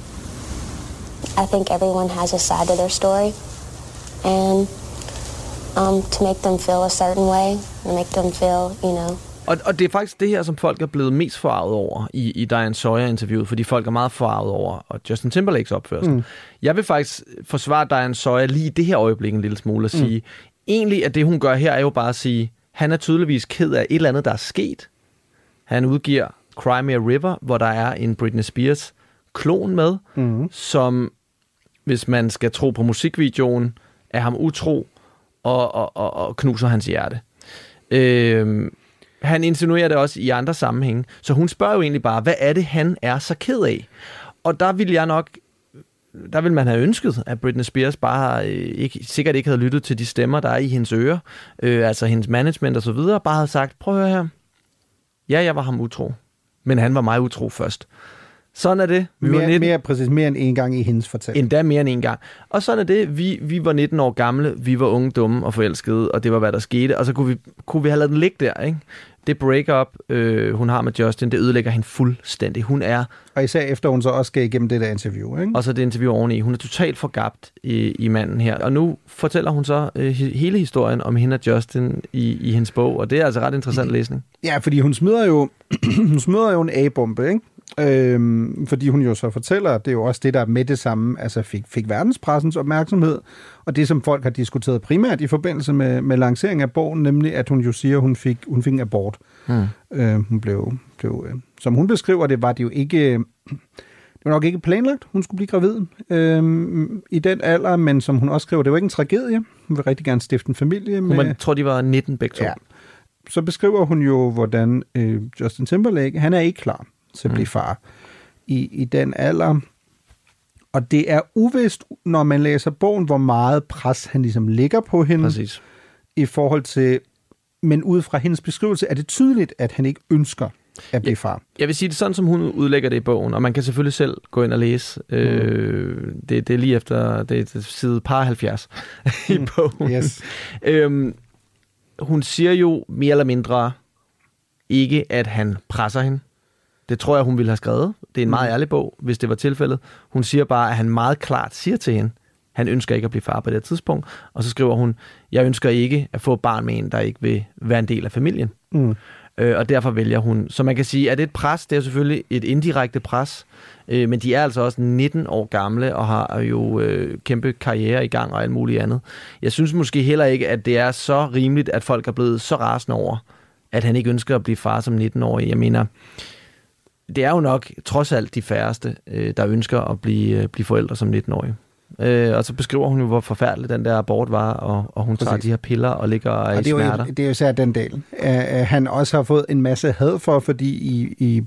I think everyone has a side to their story, and um, to make them feel a certain way, and make them feel, you know. Og, og det er faktisk det her, som folk er blevet mest forarvet over i, i Diane Sawyer-interviewet, fordi folk er meget forarvet over og Justin Timberlakes opførsel. Mm. Jeg vil faktisk forsvare Diane Sawyer lige i det her øjeblik en lille smule og sige, mm. egentlig at det, hun gør her, er jo bare at sige, han er tydeligvis ked af et eller andet, der er sket. Han udgiver Cry Me a River, hvor der er en Britney Spears klon med, mm. som, hvis man skal tro på musikvideoen, er ham utro og, og, og, og knuser hans hjerte. Øhm, Han insinuerer det også i andre sammenhænge. Så hun spørger jo egentlig bare, hvad er det, han er så ked af? Og der vil jeg nok, der vil man have ønsket, at Britney Spears bare øh, ikke, sikkert ikke havde lyttet til de stemmer, der er i hendes ører, øh, altså hendes management og så videre, bare havde sagt, prøv at høre her, ja, jeg var ham utro, men han var mig utro først. Sådan er det. Vi mere, var nitten... mere præcis, mere end en gang i hendes fortælling. Endda mere end en gang. Og sådan er det. Vi, vi var nitten år gamle, vi var unge, dumme og forelskede, og det var, hvad der skete. Og så kunne vi, kunne vi have ladet den ligge der, ikke? Det break-up, øh, hun har med Justin, det ødelægger hende fuldstændig. Hun er... Og især efter hun så også skal igennem det der interview, ikke? Og så det interview oveni. Hun er totalt forgabt i, i manden her. Og nu fortæller hun så øh, hele historien om hende og Justin i, i hendes bog, og det er altså ret interessant læsning. Ja, fordi hun smider jo, hun smider jo en A-bombe, ikke? Øhm, fordi hun jo så fortæller, det er jo også det, der med det samme, altså fik, fik verdenspressens opmærksomhed, og det, som folk har diskuteret primært i forbindelse med, med lanceringen af bogen, nemlig at hun jo siger, at hun fik, hun fik en abort. Mm. Øh, hun blev, blev, øh, som hun beskriver det, var det jo ikke, det var nok ikke planlagt, hun skulle blive gravid øh, i den alder, men som hun også skriver, det var ikke en tragedie. Hun vil rigtig gerne stifte en familie. Med, man tror, de var nitten begge to. Ja. Så beskriver hun jo, hvordan øh, Justin Timberlake, han er ikke klar til at blive far i, i den alder. Og det er uvist, når man læser bogen, hvor meget pres han ligesom ligger på hende. Præcis. I forhold til, men ud fra hendes beskrivelse er det tydeligt, at han ikke ønsker at blive far. Jeg vil sige det sådan, som hun udlægger det i bogen, og man kan selvfølgelig selv gå ind og læse. Mm. Øh, det, det er lige efter, det er side par halvfjerds i bogen. Yes. øhm, hun siger jo mere eller mindre ikke, at han presser hende. Det tror jeg, hun ville have skrevet. Det er en meget ærlig bog, hvis det var tilfældet. Hun siger bare, at han meget klart siger til hende, han ønsker ikke at blive far på det her tidspunkt. Og så skriver hun, jeg ønsker ikke at få barn med en, der ikke vil være en del af familien. Mm. Øh, og derfor vælger hun. Så man kan sige, at det et pres, det er selvfølgelig et indirekte pres. Øh, men de er altså også nitten år gamle og har jo øh, kæmpe karriere i gang og alt muligt andet. Jeg synes måske heller ikke, at det er så rimeligt, at folk er blevet så rasende over, at han ikke ønsker at blive far som nitten-årig. Jeg mener, det er jo nok trods alt de færreste, øh, der ønsker at blive, øh, blive forældre som nitten-årige. Øh, og så beskriver hun jo, hvor forfærdelig den der abort var, og, og hun Præcis. tager de her piller og ligger og i det er smerter. Jo, det er jo især den del. Uh, han også har fået en masse had for, fordi i, i,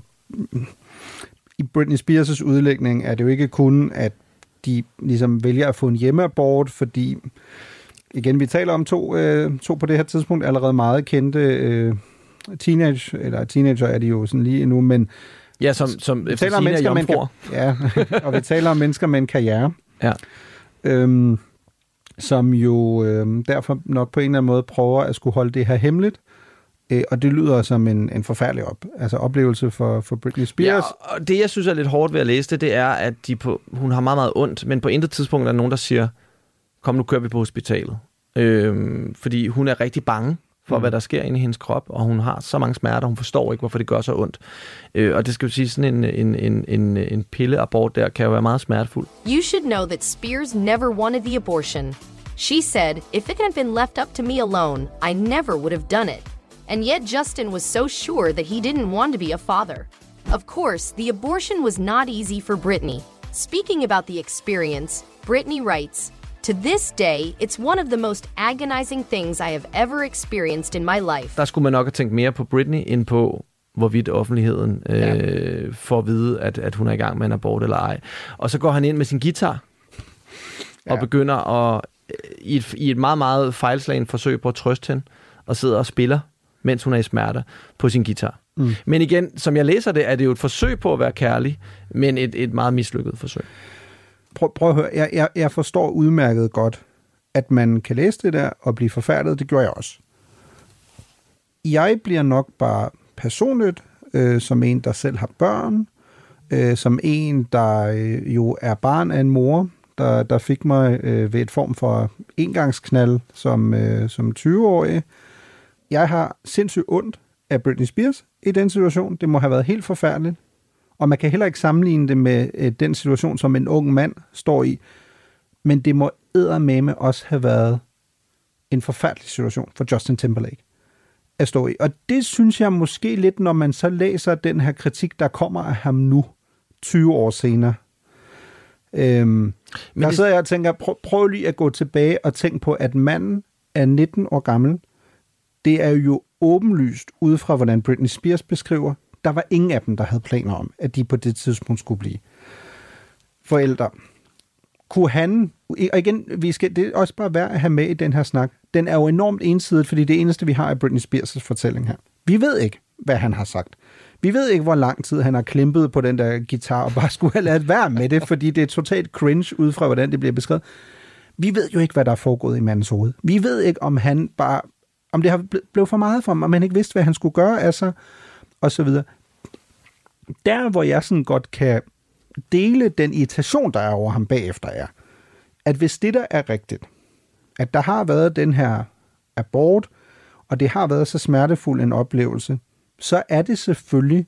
i Britney Spears' udlægning er det jo ikke kun, at de ligesom vælger at få en hjemmeabort, fordi, igen, vi taler om to, øh, to på det her tidspunkt allerede meget kendte øh, teenage, eller teenager er de jo sådan lige endnu, men ja, som, som vi taler om mennesker med en, ja, og vi taler om mennesker med en karriere. Ja. Øhm, som jo øhm, derfor nok på en eller anden måde prøver at skulle holde det her hemmeligt. Øh, og det lyder som en, en forfærdelig op, altså oplevelse for, for Britney Spears. Ja, og det jeg synes er lidt hårdt ved at læse det, det er, at de på, hun har meget, meget ondt, men på intet tidspunkt er der nogen, der siger, kom nu kører vi på hospitalet. Øhm, fordi hun er rigtig bange for, mm. hvad der sker inde i hendes krop, og hun har så mange smerter, hun forstår ikke, hvorfor det gør så ondt. Øh, og det skal jo sige, sådan en, en, en, en, en pilleabort der kan jo være meget smertefuld. You should know that Spears never wanted the abortion. She said, if it had been left up to me alone, I never would have done it. And yet Justin was so sure that he didn't want to be a father. Of course, the abortion was not easy for Britney. Speaking about the experience, Britney writes, to this day, it's one of the most agonizing things I have ever experienced in my life. Der skulle man nok have tænkt mere på Britney, end på hvorvidt offentligheden øh, ja. får at vide, at, at hun er i gang med en abort eller ej. Og så går han ind med sin guitar, ja. og begynder at, i et, i et meget, meget fejlslagen forsøg på at trøste hende, og sidder og spiller, mens hun er i smerter, på sin guitar. Mm. Men igen, som jeg læser det, er det jo et forsøg på at være kærlig, men et, et meget mislykket forsøg. Prøv, prøv at høre, jeg, jeg, jeg forstår udmærket godt, at man kan læse det der og blive forfærdet. Det gjorde jeg også. Jeg bliver nok bare personligt, øh, som en, der selv har børn, øh, som en, der øh, jo er barn af en mor, der, der fik mig øh, ved et form for engangsknald som, øh, som tyve-årig. Jeg har sindssygt ondt af Britney Spears i den situation. Det må have været helt forfærdeligt. Og man kan heller ikke sammenligne det med øh, den situation, som en ung mand står i. Men det må eddermame også have været en forfærdelig situation for Justin Timberlake at stå i. Og det synes jeg måske lidt, når man så læser den her kritik, der kommer af ham nu, tyve år senere. Øhm, Men der det... sidder jeg og tænker, prøv, prøv lige at gå tilbage og tænke på, at manden er nitten år gammel. Det er jo åbenlyst ud fra, hvordan Britney Spears beskriver, der var ingen af dem, der havde planer om, at de på det tidspunkt skulle blive forældre. Kunne han, og igen, vi skal, det er også bare værd at have med i den her snak, den er jo enormt ensidigt, fordi det eneste, vi har, er Britney Spears' fortælling her. Vi ved ikke, hvad han har sagt. Vi ved ikke, hvor lang tid han har klimpet på den der guitar, og bare skulle have ladet være med det, fordi det er totalt cringe ud fra, hvordan det bliver beskrevet. Vi ved jo ikke, hvad der er foregået i mandens hoved. Vi ved ikke, om han bare, om det har blevet for meget for ham, om han ikke vidste, hvad han skulle gøre af sig, og så videre. Der, hvor jeg sådan godt kan dele den irritation, der er over ham bagefter, er, at hvis det der er rigtigt, at der har været den her abort, og det har været så smertefuld en oplevelse, så er det selvfølgelig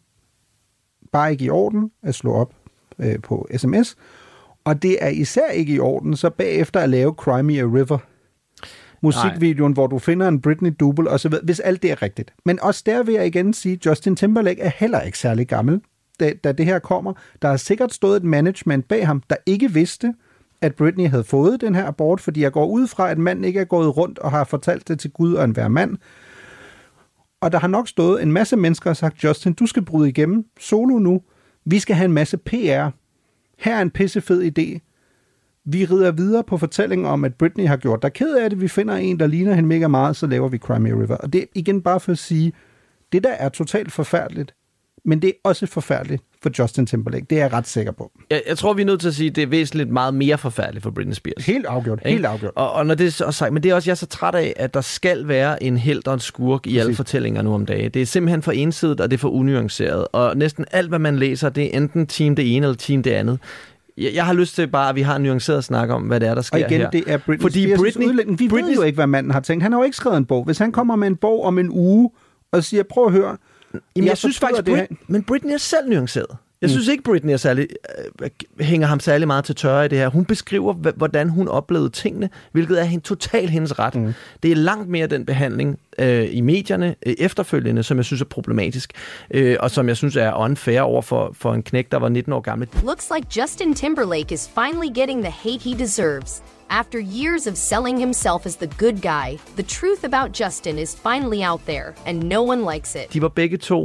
bare ikke i orden at slå op øh, på sms, og det er især ikke i orden, så bagefter at lave Cry Me a River, musikvideoen, Nej. hvor du finder en Britney-double, og så videre, hvis alt det er rigtigt. Men også der vil jeg igen sige, Justin Timberlake er heller ikke særlig gammel, da, da det her kommer. Der har sikkert stået et management bag ham, der ikke vidste, at Britney havde fået den her abort, fordi jeg går ud fra, at manden ikke er gået rundt og har fortalt det til Gud og enhver mand. Og der har nok stået en masse mennesker og sagt, Justin, du skal bryde igennem solo nu. Vi skal have en masse P R. Her er en pissefed idé. Vi rider videre på fortællingen om, at Britney har gjort dig ked af det. Vi finder en, der ligner hende mega meget, så laver vi Cry Me a River. Og det er igen bare for at sige, det der er totalt forfærdeligt, men det er også forfærdeligt for Justin Timberlake. Det er jeg ret sikker på. Jeg, jeg tror, vi er nødt til at sige, at det er væsentligt meget mere forfærdeligt for Britney Spears. Helt afgjort. Helt ikke? afgjort. Og, og når det er også sagt, men det er også jeg er så træt af, at der skal være en helt og en skurk i alle fortællinger nu om dagen. Det er simpelthen for ensidigt, og det er for unuanceret. Og næsten alt, hvad man læser, det er enten team det ene eller team det andet. Jeg, jeg har lyst til bare, at vi har en nuanceret snak om, hvad det er, der sker her. Og igen, her. det er Britney Fordi Spears' Britney, udlægning. Vi Britney... ved jo ikke, hvad manden har tænkt. Han har jo ikke skrevet en bog. Hvis han kommer med en bog om en uge og siger, prøv at høre. Jamen, jeg, jeg synes faktisk, det Brit... men Britney er selv nuanceret. Jeg synes ikke, Britney er særlig, øh, hænger ham særlig meget til tørre i det her. Hun beskriver, h- hvordan hun oplevede tingene, hvilket er hende, totalt hendes ret. Mm. Det er langt mere den behandling øh, i medierne øh, efterfølgende, som jeg synes er problematisk, øh, og som jeg synes er unfair over for, for en knægt, der var nitten år gammel. Looks like Justin Timberlake is finally getting the hate he deserves. After years of selling himself as the good guy, the truth about Justin is finally out there, and no one likes it. De var begge to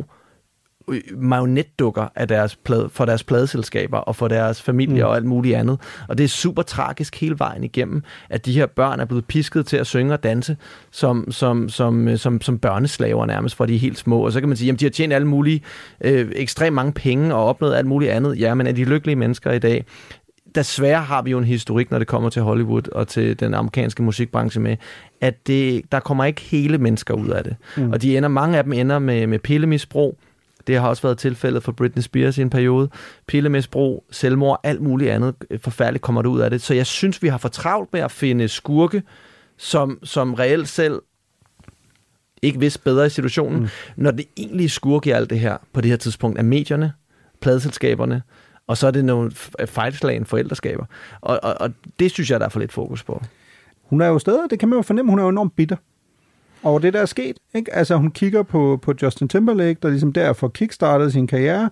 marionetdukker af deres plade, for deres pladeselskaber og for deres familie mm. og alt muligt andet. Og det er super tragisk hele vejen igennem, at de her børn er blevet pisket til at synge og danse som, som, som, som, som børneslaver nærmest, fra de er helt små. Og så kan man sige, at de har tjent alle mulige, øh, ekstremt mange penge og opnået alt muligt andet. Ja, men er de lykkelige mennesker i dag? Desværre har vi jo en historik, når det kommer til Hollywood og til den amerikanske musikbranche med, at det, der kommer ikke hele mennesker ud af det. Mm. Og de ender, mange af dem ender med, med pillemisbrug. Det har også været tilfældet for Britney Spears i en periode. Pillemisbrug, selvmord, alt muligt andet forfærdeligt kommer det ud af det. Så jeg synes, vi har for travlt med at finde skurke, som, som reelt selv ikke vidste bedre i situationen, mm. når det egentlige skurke i alt det her, på det her tidspunkt, er medierne, pladeselskaberne, og så er det nogle fejlslagen forældreskaber. Og, og, og det synes jeg, der er for lidt fokus på. Hun er jo stadig, det kan man jo fornemme, hun er jo enormt bitter over det, der er sket. Ikke? Altså, hun kigger på, på Justin Timberlake, der ligesom derfor kickstartede sin karriere,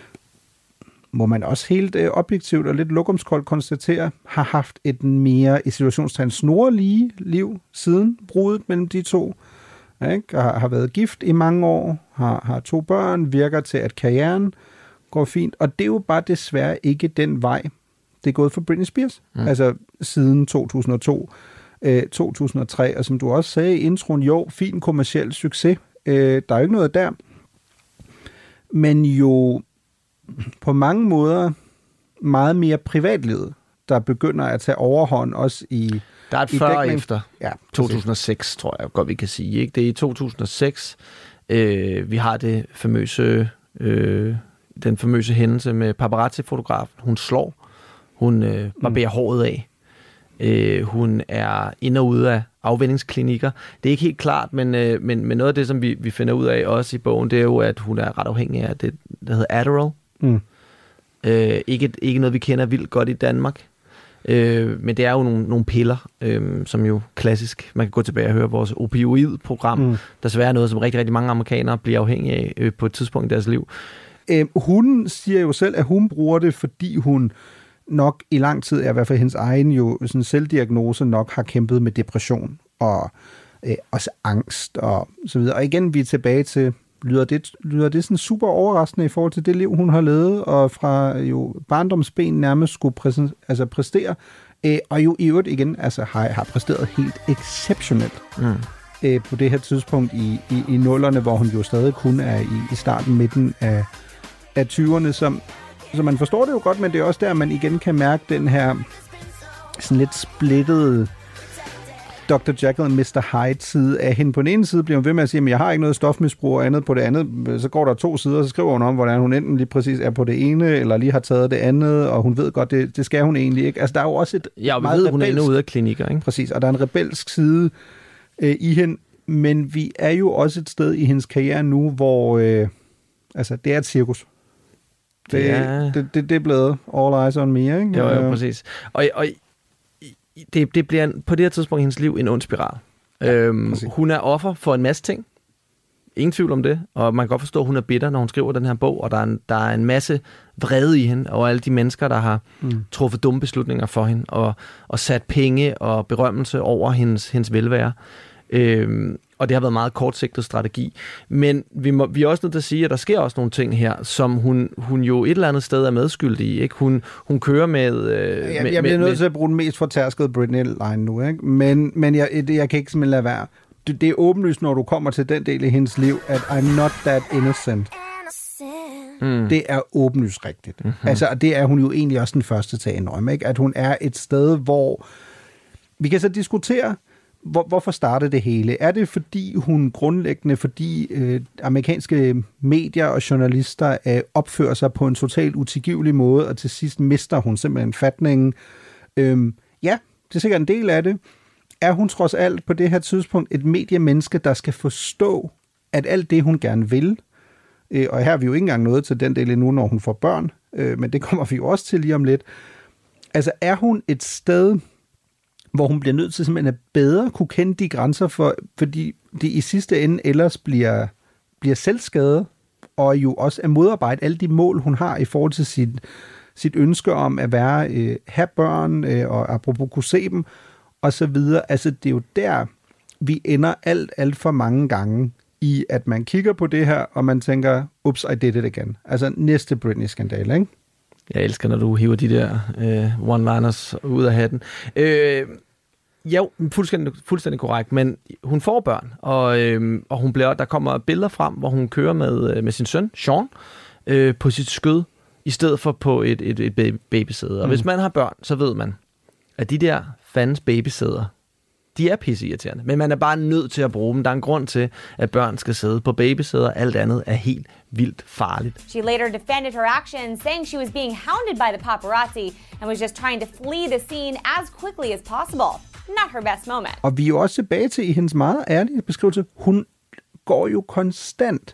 må man også helt øh, objektivt og lidt lokumskoldt konstatere, har haft et mere, i situationstegn, snorlige liv siden bruddet mellem de to. Ikke? Har, har været gift i mange år, har, har to børn, virker til, at karrieren går fint, og det er jo bare desværre ikke den vej, det er gået for Britney Spears. Mm. Altså, siden to tusind og to. to tusind og tre, og som du også sagde i introen, jo, fin kommerciel succes. Øh, der er jo ikke noget der. Men jo på mange måder meget mere privatlivet, der begynder at tage overhånd også i... Der er et før og efter ja, to tusind og seks, tror jeg godt, vi kan sige. Ikke? Det er i to tusind og seks, øh, vi har det famøse, øh, den famøse hændelse med paparazzi-fotografen. Hun slår, hun øh, barberer mm. håret af. Øh, hun er inde og ude af afvændingsklinikker. Det er ikke helt klart, men, øh, men, men noget af det, som vi, vi finder ud af også i bogen, det er jo, at hun er ret afhængig af det, der hedder Adderall. Mm. Øh, ikke, ikke noget, vi kender vildt godt i Danmark. Øh, men det er jo nogle, nogle piller, øh, som jo klassisk, man kan gå tilbage og høre vores opioid-program, mm. der er noget, som rigtig, rigtig mange amerikanere bliver afhængige af øh, på et tidspunkt i deres liv. Øh, hun siger jo selv, at hun bruger det, fordi hun nok i lang tid, er i hvert fald hendes egen jo sådan selvdiagnose, nok har kæmpet med depression og øh, også angst og så videre. Og igen, vi er tilbage til, lyder det, lyder det sådan super overraskende i forhold til det liv, hun har levet, og fra jo barndomsben nærmest skulle præsen, altså præstere, øh, og jo i øvrigt igen altså, har, har præsteret helt exceptionelt mm. øh, på det her tidspunkt i, i, i nullerne, hvor hun jo stadig kun er i, i starten, midten af, af tyverne, som, så man forstår det jo godt, men det er også der, man igen kan mærke den her sådan lidt splittede doktor Jekyll og mister Hyde side af hende. På den ene side bliver hun ved med at sige, at jeg har ikke noget stofmisbrug og andet på det andet. Så går der to sider, og så skriver hun om, hvordan hun enten lige præcis er på det ene, eller lige har taget det andet, og hun ved godt, det, det skal hun egentlig ikke. Altså, der er jo også et ja, og vi meget ved, hun er rebelsk, ude af klinikker, ikke? Præcis, og der er en rebelsk side øh, i hende, men vi er jo også et sted i hendes karriere nu, hvor øh, altså, det er et cirkus. Det, ja. det, det, det er blevet all eyes on me, ikke? Jo, jo, præcis. Og, og det, det bliver en, på det her tidspunkt i hendes liv en ond spiral. Ja, øhm, hun er offer for en masse ting. Ingen tvivl om det. Og man kan godt forstå, at hun er bitter, når hun skriver den her bog, og der er en, der er en masse vrede i hende, og alle de mennesker, der har mm. truffet dumme beslutninger for hende, og, og sat penge og berømmelse over hendes, hendes velvære. Øhm, og det har været en meget kortsigtet strategi. Men vi, må, vi er også nødt til at sige, at der sker også nogle ting her, som hun, hun jo et eller andet sted er medskyldig i. Ikke? Hun, hun kører med... Øh, jeg, med jeg bliver nødt med, til at bruge den mest fortærskede Britney-line nu, ikke? Men, men jeg, jeg kan ikke simpelthen lade være. Det, det er åbenlyst, når du kommer til den del i hendes liv, at I'm not that innocent. Mm. Det er åbenlyst rigtigt. Mm-hmm. Altså, det er hun jo egentlig også den første til at indrømme, ikke? At hun er et sted, hvor... Vi kan så diskutere... Hvor, hvorfor startede det hele? Er det fordi hun grundlæggende, fordi øh, amerikanske medier og journalister øh, opfører sig på en totalt utilgivelig måde, og til sidst mister hun simpelthen fatningen? Øhm, ja, det er sikkert en del af det. Er hun trods alt på det her tidspunkt et mediemenneske, der skal forstå, at alt det, hun gerne vil, øh, og her er vi jo ikke engang nået til den del endnu, når hun får børn, øh, men det kommer vi jo også til lige om lidt. Altså, er hun et sted, hvor hun bliver nødt til simpelthen at bedre kunne kende de grænser, for, fordi det i sidste ende ellers bliver, bliver selvskade, og jo også at modarbejde alle de mål, hun har i forhold til sit, sit ønske om at være, øh, have børn, øh, og apropos kunne se dem, og så videre. Altså, det er jo der, vi ender alt, alt for mange gange i, at man kigger på det her, og man tænker, ups, I did it again. Altså, næste Britney-skandale, ikke? Jeg elsker, når du hiver de der øh, one-liners ud af hatten. Øh, jo, fuldstændig, fuldstændig korrekt, men hun får børn, og, øh, og hun bliver, der kommer billeder frem, hvor hun kører med, med sin søn, Sean, øh, på sit skød, i stedet for på et, et, et babysæde. Og mm. hvis man har børn, så ved man, at de der fandens babysæder, de er pisseirriterende, men man er bare nødt til at bruge dem. Der er en grund til, at børn skal sidde på babysæder. Alt andet er helt vildt farligt. She later defended her actions, saying she was being hounded by the paparazzi and was just trying to flee the scene as quickly as possible. Not her best moment. Og vi er jo også tilbage til i hendes meget ærlige beskrivelse. Hun går jo konstant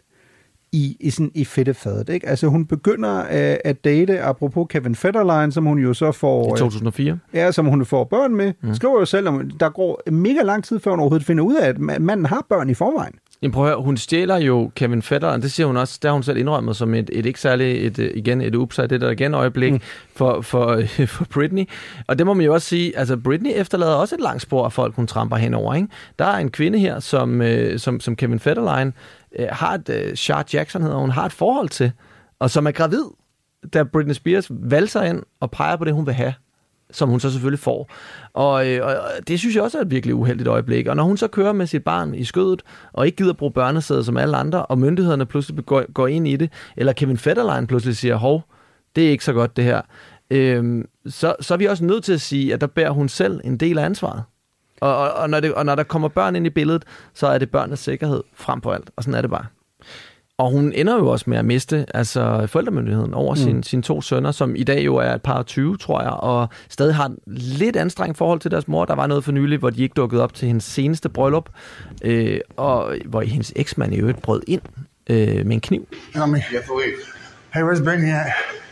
i, i, sådan, i fedtefadet, ikke? Altså, hun begynder at, at date, apropos Kevin Federline, som hun jo så får... I to tusind og fire? Ja, som hun får børn med. Mm. Skriver jo selv, om der går mega lang tid, før hun overhovedet finder ud af, at manden har børn i forvejen. Jamen prøv at høre, hun stjæler jo Kevin Federline, det siger hun også, der har hun selv indrømmet som et, et ikke særligt, et, igen, et upside, det der igen øjeblik mm. for, for, for Britney. Og det må man jo også sige, altså Britney efterlader også et langt spor af folk, hun tramper henover, ikke? Der er en kvinde her, som, som, som Kevin Federline har et, uh, Shar Jackson hedder hun, har et forhold til, og som er gravid, da Britney Spears valser ind og peger på det, hun vil have, som hun så selvfølgelig får. Og, og det synes jeg også er et virkelig uheldigt øjeblik. Og når hun så kører med sit barn i skødet, og ikke gider bruge børnesæde som alle andre, og myndighederne pludselig går, går ind i det, eller Kevin Federline pludselig siger, hov, det er ikke så godt det her, øhm, så, så er vi også nødt til at sige, at der bærer hun selv en del af ansvaret. Og, og, og, når det, og når der kommer børn ind i billedet, så er det børnenes sikkerhed frem på alt. Og sådan er det bare. Og hun ender jo også med at miste altså forældremyndigheden over mm. sin, sine to sønner, som i dag jo er et par og tyve, tror jeg, og stadig har lidt anstrengt forhold til deres mor. Der var noget for nylig, hvor de ikke dukkede op til hendes seneste bryllup, øh, og hvor hendes eksmand i øvrigt brød ind øh, med en kniv. Tell me. Hey, where's Britney at?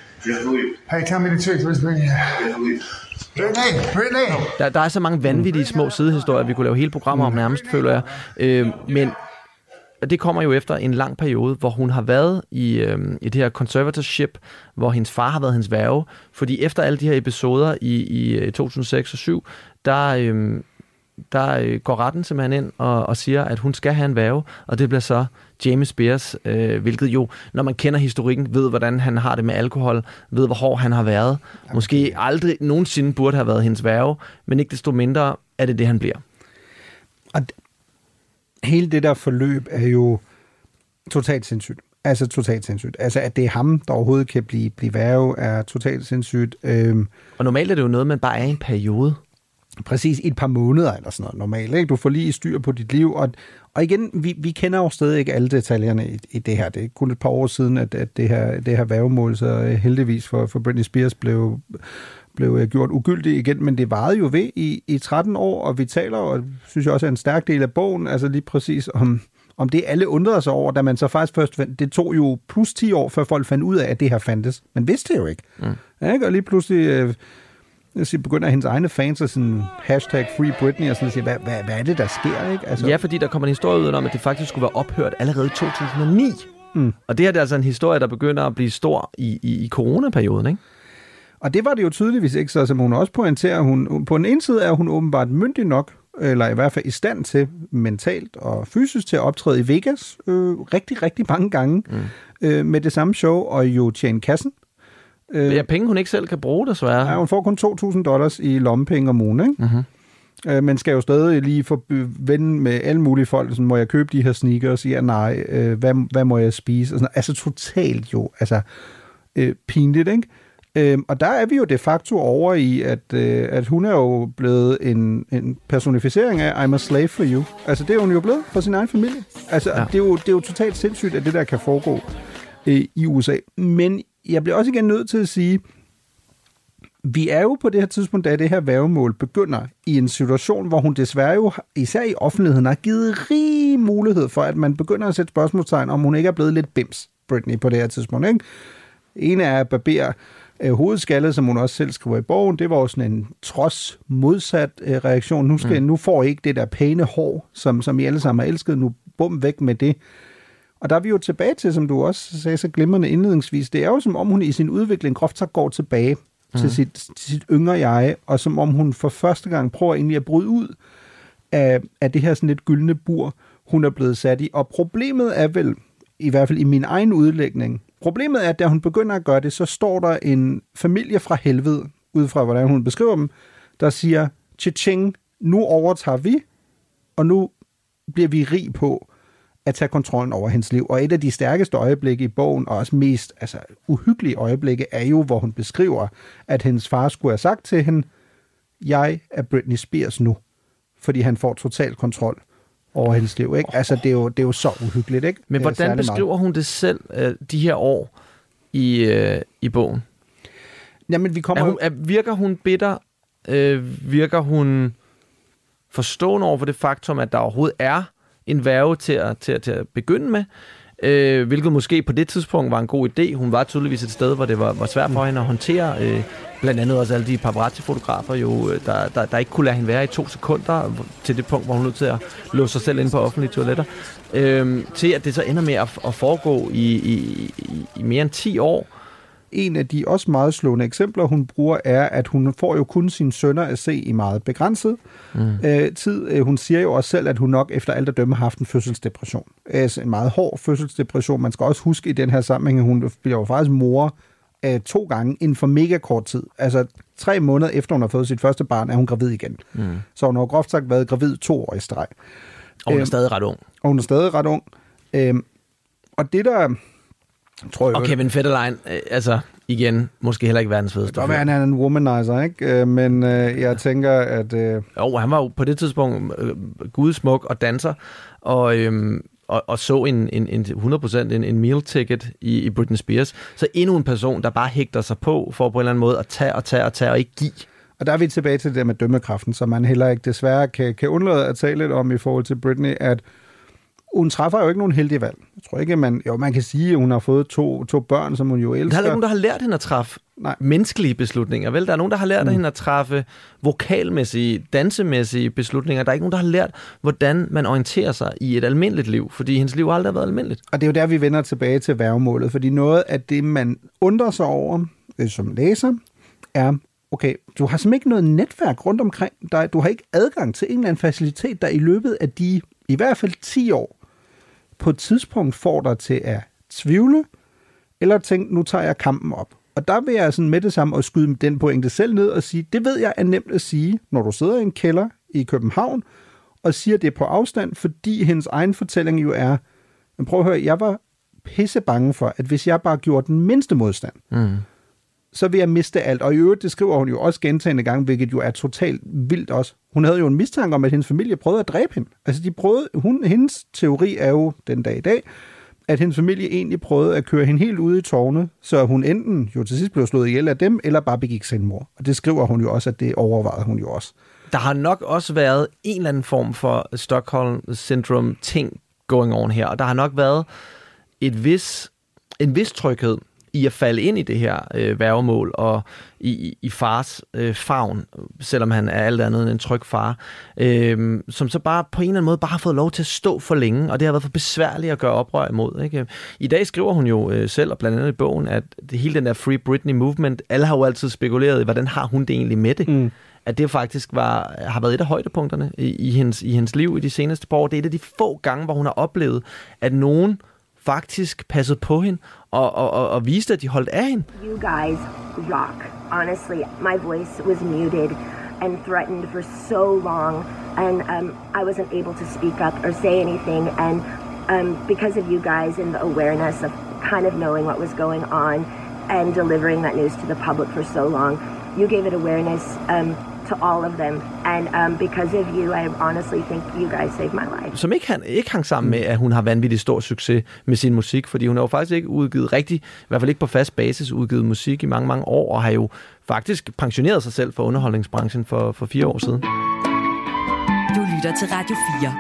Hey, tell me the truth. Where's Britney at? Britney, Britney. Der, der er så mange vanvittige små sidehistorier, vi kunne lave hele programmer om nærmest, føler jeg. Øh, men det kommer jo efter en lang periode, hvor hun har været i, øh, i det her conservatorship, hvor hendes far har været hendes værge. Fordi efter alle de her episoder i, i to tusind og seks og syv, der, øh, der øh, går retten simpelthen ind og, og siger, at hun skal have en værge, og det bliver så Jamie Spears, øh, hvilket jo, når man kender historikken, ved, hvordan han har det med alkohol, ved, hvor hård han har været. Okay. Måske aldrig nogensinde burde have været hendes værge, men ikke desto mindre er det det, han bliver. Og hele det der forløb er jo totalt sindssygt. Altså totalt sindssygt. Altså, at det er ham, der overhovedet kan blive, blive værge, er totalt sindssygt. Øhm, og normalt er det jo noget, man bare er i en periode. Præcis, i et par måneder eller sådan noget normalt. Ikke? Du får lige styr på dit liv. Og, og igen, vi, vi kender jo stadig ikke alle detaljerne i, i det her. Det er kun et par år siden, at, at det her, det her værgemål så heldigvis for, for Britney Spears blev, blev gjort ugyldigt igen. Men det varede jo ved i, i tretten år, og vi taler, og synes jeg også er en stærk del af bogen, altså lige præcis om... Om det alle undrede sig over, da man så faktisk først fandt, det tog jo plus ti år, før folk fandt ud af, at det her fandtes. Man vidste det jo ikke. Mm. Ja, ikke? Og lige pludselig øh, jeg begynder hendes egne fans at sådan hashtag Free Britney og sådan at sige, hvad, hvad, hvad er det, der sker? Ikke? Altså, ja, fordi der kommer en historie ud om, at det faktisk skulle være ophørt allerede i to tusind og ni. Mm. Og det her det er altså en historie, der begynder at blive stor i, i, i coronaperioden, ikke? Og det var det jo tydeligvis ikke, så som hun også pointerer, hun, på den ene side er hun åbenbart myndig nok, eller i hvert fald i stand til mentalt og fysisk til at optræde i Vegas øh, rigtig, rigtig mange gange mm. øh, med det samme show, og jo tjene kassen. Øh, det er penge, hun ikke selv kan bruge, desværre. Ja, hun får kun to tusind dollars i lommepenge om ugen, ikke? Mm-hmm. Øh, men skal jo stadig lige få ven med alle mulige folk, sådan, må jeg købe de her sneakers? Ja, nej. Øh, hvad, hvad må jeg spise? Og sådan, altså totalt jo, altså øh, pinligt, ikke? Øhm, og der er vi jo de facto over i, at, øh, at hun er jo blevet en, en personificering af I'm a slave for you. Altså, det er hun jo blevet for sin egen familie. Altså, ja. det, er jo, det er jo totalt sindssygt, at det der kan foregå øh, i U S A. Men jeg bliver også igen nødt til at sige, vi er jo på det her tidspunkt, da det her værgemål begynder i en situation, hvor hun desværre jo, især i offentligheden, har givet rig mulighed for, at man begynder at sætte spørgsmålstegn, om hun ikke er blevet lidt bims, Britney, på det her tidspunkt, ikke? En er at barbere hovedskallet, som hun også selv skriver i bogen, det var jo sådan en trods modsat øh, reaktion. Nu, skal, mm. nu får I ikke det der pæne hår, som, som I alle sammen har elsket. Nu bum væk med det. Og der er vi jo tilbage til, som du også sagde så glimrende indledningsvis, det er jo som om hun i sin udvikling groft sagt går tilbage mm. til, sit, til sit yngre jeg, og som om hun for første gang prøver egentlig at bryde ud af, af det her sådan lidt gyldne bur, hun er blevet sat i. Og problemet er vel, i hvert fald i min egen udlægning, problemet er, at da hun begynder at gøre det, så står der en familie fra helvede, ud fra hvordan hun beskriver dem, der siger, tja-ching, nu overtager vi, og nu bliver vi rig på at tage kontrollen over hendes liv. Og et af de stærkeste øjeblikke i bogen, og også mest altså, uhyggelige øjeblikke, er jo, hvor hun beskriver, at hendes far skulle have sagt til hende, jeg er Britney Spears nu, fordi han får total kontrol over hendes liv, ikke? Altså, det er jo, det er jo så uhyggeligt, ikke? Men hvordan Særlig beskriver meget. hun det selv, de her år i, øh, i bogen? Jamen, vi kommer... Er hun, er, virker hun bitter? Øh, virker hun forstående over for det faktum, at der overhovedet er en værge til at, til, til at begynde med? Øh, hvilket måske på det tidspunkt var en god idé. Hun var tydeligvis et sted, hvor det var, var svært for hende at håndtere. Øh, blandt andet også alle de paparazzi-fotografer, jo, der, der, der ikke kunne lade hende være i to sekunder, til det punkt, hvor hun nødt til at låse sig selv ind på offentlige toiletter. Øh, til at det så ender med at, at foregå i, i, i, i mere end ti år. En af de også meget slående eksempler, hun bruger, er, at hun får jo kun sine sønner at se i meget begrænset mm. øh, tid. Hun siger jo også selv, at hun nok efter alt at dømme har haft en fødselsdepression. Altså en meget hård fødselsdepression. Man skal også huske i den her sammenhæng, at hun bliver jo faktisk mor øh, to gange inden for mega kort tid. Altså tre måneder efter hun har fået sit første barn, er hun gravid igen. Mm. Så hun har groft sagt været gravid to år i streg. Og hun er øh, stadig ret ung. Og hun er stadig ret ung. Øh, og det der... Tror jeg, og Kevin Federline, øh, altså igen, måske heller ikke verdens fedeste. Det kan være, han er en womanizer, ikke? Men øh, jeg tænker, at... Øh... Jo, han var jo på det tidspunkt øh, gudsmuk og danser, og, øh, og, og så en, en, en hundrede procent en, en meal ticket i, i Britney Spears. Så endnu en person, der bare hægter sig på for på en eller anden måde at tage og tage og tage og ikke give. Og der er vi tilbage til det der med dømmekraften, som man heller ikke desværre kan, kan undlade at tale lidt om i forhold til Britney, at hun træffer jo ikke nogen heldige valg. Jeg tror ikke, man... Jo, man kan sige, at hun har fået to, to børn, som hun jo elsker. Der er ikke nogen, der har lært hende at træffe Nej. menneskelige beslutninger, vel? Der er nogen, der har lært mm. hende at træffe vokalmæssige, dansemæssige beslutninger. Der er ikke nogen, der har lært, hvordan man orienterer sig i et almindeligt liv, fordi hendes liv aldrig har været almindeligt. Og det er jo der, vi vender tilbage til værgemålet, fordi noget af det, man undrer sig over øh, som læser, er, okay, du har simpelthen ikke noget netværk rundt omkring dig. Du har ikke adgang til en eller anden facilitet, der i løbet af de, i hvert fald ti år, på et tidspunkt får dig til at tvivle, eller tænke, nu tager jeg kampen op. Og der vil jeg sådan med det samme at skyde den pointe selv ned og sige, det ved jeg er nemt at sige, når du sidder i en kælder i København, og siger det på afstand, fordi hendes egen fortælling jo er, men prøv at høre, jeg var pisse bange for, at hvis jeg bare gjorde den mindste modstand, mm. så vil jeg miste alt. Og i øvrigt, det skriver hun jo også gentagne gange, hvilket jo er totalt vildt også. Hun havde jo en mistanke om, at hendes familie prøvede at dræbe hende. Altså, de prøvede, hun, hendes teori er jo den dag i dag, at hendes familie egentlig prøvede at køre hende helt ude i tårne, så hun enten jo til sidst blev slået ihjel af dem, eller bare begik selvmord. Og det skriver hun jo også, at det overvejede hun jo også. Der har nok også været en eller anden form for Stockholm Syndrome ting going on her, og der har nok været et vis, en vis tryghed i at falde ind i det her øh, værgemål og i, i fars øh, favn, selvom han er alt andet end en tryg far, øh, som så bare på en eller anden måde bare har fået lov til at stå for længe, og det har været for besværligt at gøre oprør imod. Ikke? I dag skriver hun jo øh, selv, og blandt andet i bogen, at det, hele den der Free Britney movement, alle har jo altid spekuleret i, hvordan har hun det egentlig med det? Mm. At det faktisk var, har været et af højdepunkterne i, i, hendes, i hendes liv i de seneste par år. Det er et af de få gange, hvor hun har oplevet, at nogen faktisk passede på hende og, og, og, og viste, at de holdt af hende. You guys rock. Honestly, my voice was muted and threatened for so long, and um, I wasn't able to speak up or say anything, and um, because of you guys and the awareness of kind of knowing what was going on and delivering that news to the public for so long, you gave it awareness um, to all of them, and um, because of you, I honestly think you guys saved my life. Som ikke, han, ikke hang sammen med, at hun har vanvittig stor succes med sin musik, fordi hun har jo faktisk ikke udgivet rigtig, i hvert fald ikke på fast basis, udgivet musik i mange, mange år, og har jo faktisk pensioneret sig selv fra underholdningsbranchen for, for fire år siden. Du lytter til Radio fire.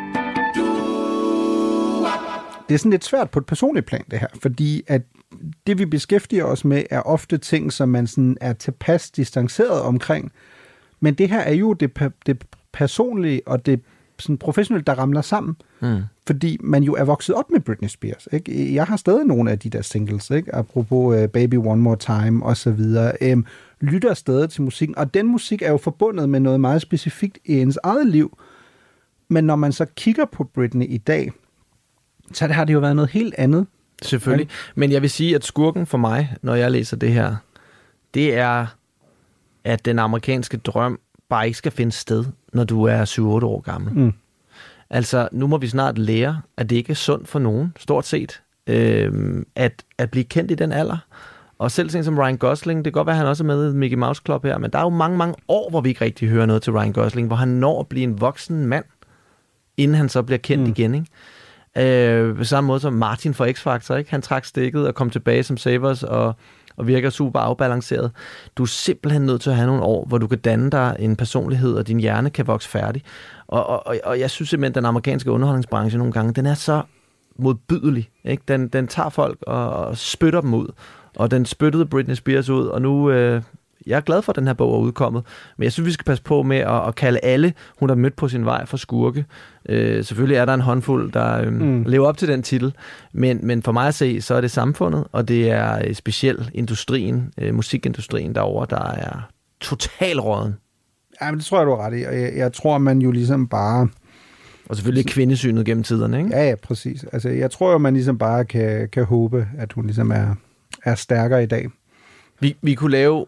Det er sådan lidt svært på et personligt plan, det her, fordi at det, vi beskæftiger os med, er ofte ting, som man sådan er tilpas distanceret omkring. Men det her er jo det, det personlige og det sådan professionelle, der ramler sammen. Mm. Fordi man jo er vokset op med Britney Spears. Ikke? Jeg har stadig nogle af de der singles, ikke? Apropos uh, Baby One More Time og så videre. Um, lytter stadig til musikken. Og den musik er jo forbundet med noget meget specifikt i ens eget liv. Men når man så kigger på Britney i dag, så har det jo været noget helt andet. Selvfølgelig. Men jeg vil sige, at skurken for mig, når jeg læser det her, det er, at den amerikanske drøm bare ikke skal finde sted, når du er syv otte år gammel. Mm. Altså, nu må vi snart lære, at det ikke er sundt for nogen, stort set, øh, at, at blive kendt i den alder. Og selv sådan som Ryan Gosling, det kan godt være, at han også er med i Mickey Mouse Club her, men der er jo mange, mange år, hvor vi ikke rigtig hører noget til Ryan Gosling, hvor han når at blive en voksen mand, inden han så bliver kendt mm. igen, ikke? Øh, på samme måde som Martin fra X-Factor, ikke? Han trak stikket og kom tilbage som Savers og, og virker super afbalanceret. Du er simpelthen nødt til at have nogle år, hvor du kan danne dig en personlighed, og din hjerne kan vokse færdig. Og, og, og jeg synes simpelthen, at den amerikanske underholdningsbranche nogle gange, den er så modbydelig. Ikke? Den, den tager folk og, og spytter dem ud. Og den spyttede Britney Spears ud, og nu... Øh, jeg er glad for, at den her bog er udkommet, men jeg synes, vi skal passe på med at, at kalde alle, hun har mødt på sin vej, for skurke. Øh, selvfølgelig er der en håndfuld, der øh, mm. lever op til den titel, men, men for mig at se, så er det samfundet, og det er specielt industrien, øh, musikindustrien derovre, der er total råden. Ja, men det tror jeg, du har ret i, og jeg, jeg tror, man jo ligesom bare... Og selvfølgelig kvindesynet gennem tiderne, ikke? Ja, ja, præcis. Altså, jeg tror jo, man ligesom bare kan, kan håbe, at hun ligesom er, er stærkere i dag. Vi, vi kunne lave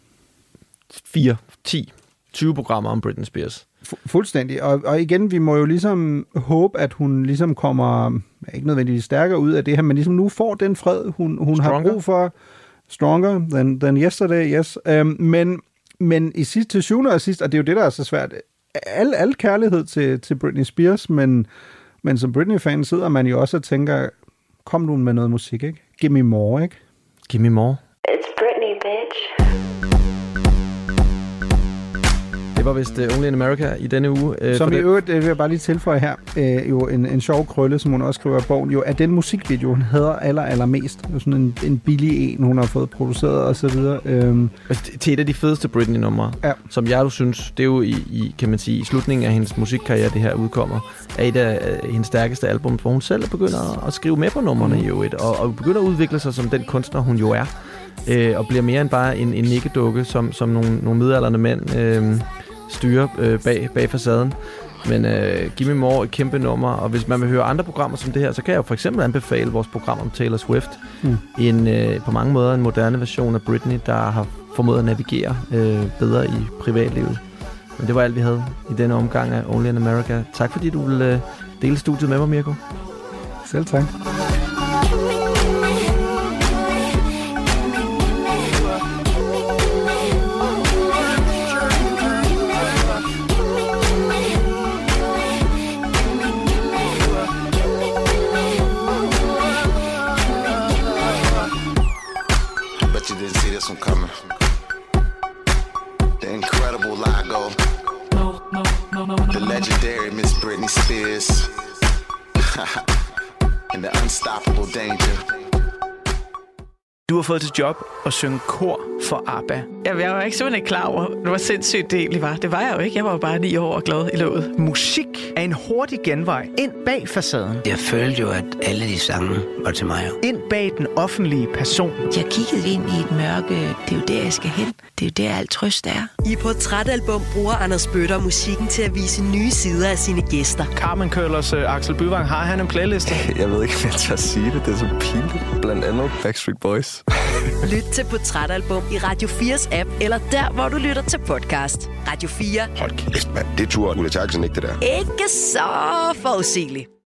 fire, ti, tyve programmer om Britney Spears. Fu- fuldstændig. Og, og igen, vi må jo ligesom håbe, at hun ligesom kommer, ikke nødvendigvis stærkere ud af det her, men ligesom nu får den fred, hun, hun har brug for. Stronger than, than yesterday, yes. Um, men, men i sidst, til syvende og sidst, og det er jo det, der er så svært, al, al kærlighed til, til Britney Spears, men, men som Britney-fan sidder man jo også og tænker, kom nu med noget musik, ikke? Give me more, ikke? Give me more. It's Britney, bitch. Det var vist uh, Only in America i denne uge. Uh, som i det... øvrigt, vil jeg bare lige tilføje her, uh, jo en, en sjov krølle, som hun også skriver i bogen, jo er den musikvideo, hun hader aller, allermest. Sådan en, en billig en, hun har fået produceret og så videre. Um... Til et af de fedeste Britney-numre, ja. Som jeg jo synes, det er jo i, i, kan man sige, i slutningen af hendes musikkarriere, det her udkommer, er et af uh, hendes stærkeste album, hvor hun selv begynder at, at skrive med på numrene mm. jo et, og, og begynder at udvikle sig som den kunstner, hun jo er. Øh, og bliver mere end bare en, en nikkedukke, som, som nogle, nogle midaldrende mænd øh, styrer øh, bag, bag facaden. Men øh, Give Me More, et kæmpe nummer, og hvis man vil høre andre programmer som det her, så kan jeg jo for eksempel anbefale vores program om Taylor Swift. Mm. En, øh, på mange måder en moderne version af Britney, der har formået at navigere øh, bedre i privatlivet. Men det var alt, vi havde i denne omgang af Only in America. Tak fordi du ville øh, dele studiet med mig, Mirko. Selv tak. Du har fået til job at synge kor for ABBA. Jamen, jeg var ikke simpelthen klar over, hvor sindssygt det egentlig var. Det var jeg jo ikke. Jeg var jo bare ni år og glad i låget. Musik er en hurtig genvej ind bag facaden. Jeg følte jo, at alle de sange var til mig. Ind bag den offentlige person. Jeg kiggede ind i et mørke. Det er jo der, jeg skal hen. Det er jo der, alt trøst er. I Portrætalbum bruger Anders Bøtter musikken til at vise nye sider af sine gæster. Carmen Køllers uh, Axel Byvang, har han en playliste? Jeg ved ikke, hvad jeg skal sige det. Det er så pinligt. Blandt andet Backstreet Boys. Lyt til Portrætalbum i Radio fires app, eller der, hvor du lytter til podcast. Radio fire. Hold kæft, mand. Det turde Ulla Terkelsen ikke, det der. Ikke så forudsigeligt.